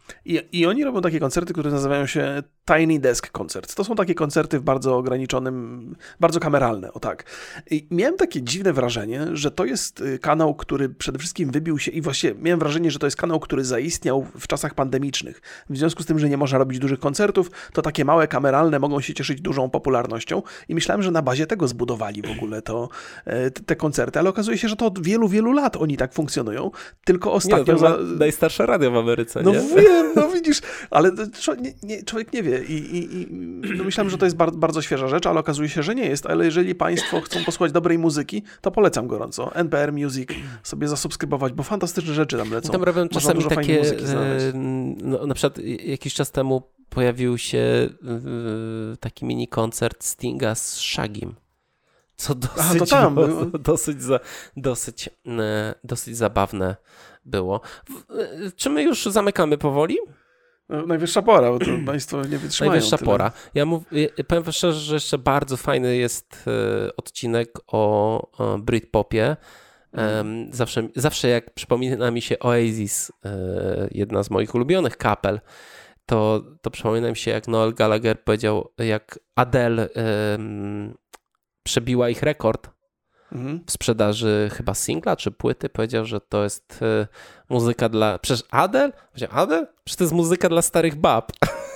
I, I oni robią takie koncerty, które nazywają się Tiny Desk Concert. To są takie koncerty w bardzo ograniczonym, bardzo kameralne, o tak. I miałem takie dziwne wrażenie, że to jest kanał, który przede wszystkim wybił się i właściwie miałem wrażenie, że to jest kanał, który zaistniał w czasach pandemicznych. W związku z tym, że nie można robić dużych koncertów, to takie małe kameralne mogą się cieszyć dużą popularnością i myślałem, że na bazie tego zbudowali w ogóle to, te koncerty, ale okazuje się, że to od wielu, wielu lat oni tak funkcjonują, tylko ostatnio... Nie, to za... najstarsze radio w Ameryce, no nie? No wiem, no widzisz, ale nie, nie, człowiek nie wie i, i, i no myślałem, że to jest bardzo, bardzo świeża rzecz, ale okazuje się, że nie jest, ale jeżeli państwo chcą posłuchać dobrej muzyki, to polecam gorąco. N P R Music sobie zasubskrybować, bo fantastyczne rzeczy tam lecą. I tam robią czasami takie, no, na przykład jakiś czas temu pojawił się taki mini koncert Stinga z Shagim. Co dosyć, A, to tam było, dosyć, za, dosyć, dosyć zabawne było. Czy my już zamykamy powoli? No, najwyższa pora, bo to państwo nie wytrzymają. Najwyższa tyle. pora. Ja mów, powiem szczerze, że jeszcze bardzo fajny jest odcinek o, o Britpopie. Mm. Zawsze, zawsze jak przypomina mi się Oasis, jedna z moich ulubionych kapel, to, to przypomina mi się, jak Noel Gallagher powiedział, jak Adele um, przebiła ich rekord mhm. w sprzedaży chyba singla czy płyty. Powiedział, że to jest y, muzyka dla... Przecież Adele? Powiedział, Adele? Przecież to jest muzyka dla starych bab.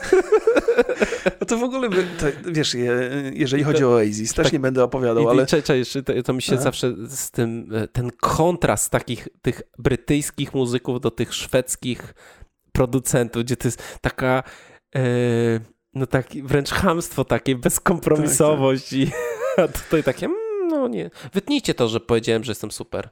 No to w ogóle, to, wiesz, je, jeżeli chodzi o Oasis, też tak, nie będę opowiadał, i, ale... Czekaj, czekaj, to, to mi się Aha. zawsze z tym, ten kontrast takich tych brytyjskich muzyków do tych szwedzkich producentów, gdzie to jest taka... Yy, no tak wręcz chamstwo takie, bezkompromisowość tak, tak. i a tutaj takie, no nie, wytnijcie to, że powiedziałem, że jestem super.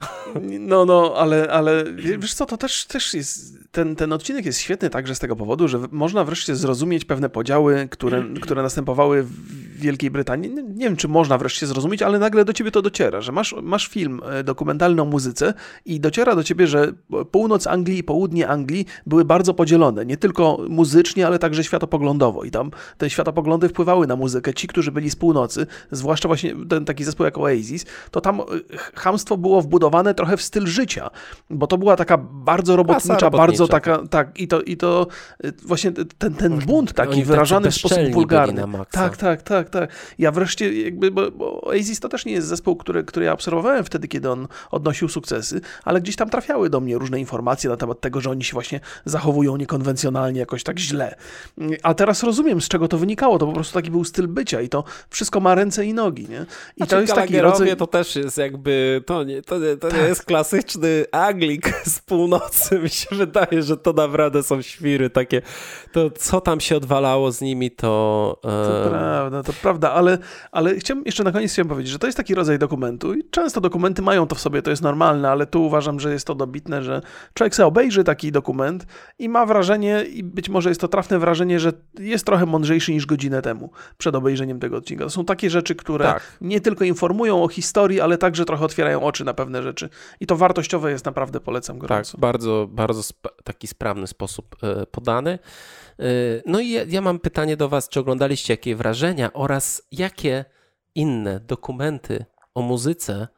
No, no, ale, ale wiesz co, to też, też jest, ten, ten odcinek jest świetny także z tego powodu, że można wreszcie zrozumieć pewne podziały, które, które następowały w Wielkiej Brytanii. Nie, nie wiem, czy można wreszcie zrozumieć, ale nagle do ciebie to dociera, że masz, masz film dokumentalny o muzyce i dociera do ciebie, że północ Anglii i południe Anglii były bardzo podzielone, nie tylko muzycznie, ale także światopoglądowo i tam te światopoglądy wpływały na muzykę. Ci, którzy byli z północy, zwłaszcza właśnie ten taki zespół jak Oasis, to tam chamstwo było wbudowane trochę w styl życia, bo to była taka bardzo robotnicza, robotnicza. bardzo taka, tak, i to, i to właśnie ten, ten bunt taki Oni wyrażany w sposób wulgarny. Tak, tak, tak, tak. Ja wreszcie jakby, bo, bo Oasis to też nie jest zespół, który, który ja obserwowałem wtedy, kiedy on odnosił sukcesy, ale gdzieś tam trafiały do mnie różne informacje na temat tego, że oni się właśnie zachowują niekonwencjonalnie, jakoś tak źle. A teraz rozumiem, z czego to wynikało, to po prostu taki był styl bycia i to wszystko ma ręce i nogi, nie? I znaczy, to jest taki rodzaj... to też jest jakby, to nie, to nie, to tak. nie jest klasyczny Anglik z północy. Mi się wydaje, że to naprawdę są świry takie. To co tam się odwalało z nimi, to... To um... prawda, to prawda, ale, ale chciałbym jeszcze na koniec chciałem powiedzieć, że to jest taki rodzaj dokumentu i często dokumenty mają to w sobie, to jest normalne, ale tu uważam, że jest to dobitne, że człowiek sobie obejrzy taki dokument i ma wrażenie, i być może jest to trafne wrażenie, że jest trochę mądrzejszy niż godzinę temu przed obejrzeniem tego odcinka. To są takie rzeczy, które tak. nie tylko informują o historii, ale także trochę otwierają oczy na pewne rzeczy. I to wartościowe jest, naprawdę polecam gorąco. Tak, bardzo, bardzo sp- taki sprawny sposób y, podany. Y, no i ja, ja mam pytanie do was, czy oglądaliście jakie wrażenia oraz jakie inne dokumenty o muzyce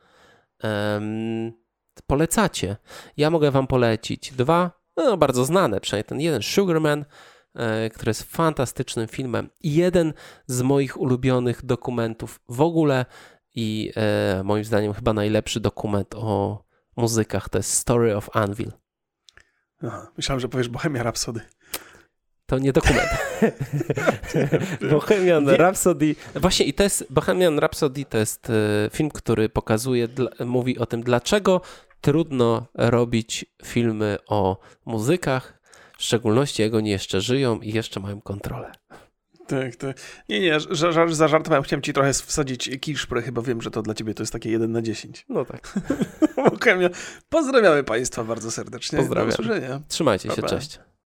um, polecacie? Ja mogę wam polecić dwa, no bardzo znane, przynajmniej ten jeden, Sugarman, który jest fantastycznym filmem i jeden z moich ulubionych dokumentów w ogóle i e, moim zdaniem chyba najlepszy dokument o muzykach to jest Story of Anvil. Aha, myślałem, że powiesz Bohemian Rhapsody. To nie dokument. Bohemian Rhapsody. Właśnie i to jest Bohemian Rhapsody to jest e, film, który pokazuje, dla, mówi o tym, dlaczego trudno robić filmy o muzykach, w szczególności jak oni jeszcze żyją i jeszcze mają kontrolę. Tak, tak. Nie, nie, żart, za żartowałem. Chciałem ci trochę wsadzić kiszprę, chyba wiem, że to dla ciebie to jest takie jeden na dziesięć. No tak. Pozdrawiamy państwa bardzo serdecznie. Pozdrawiam. Trzymajcie się, cześć.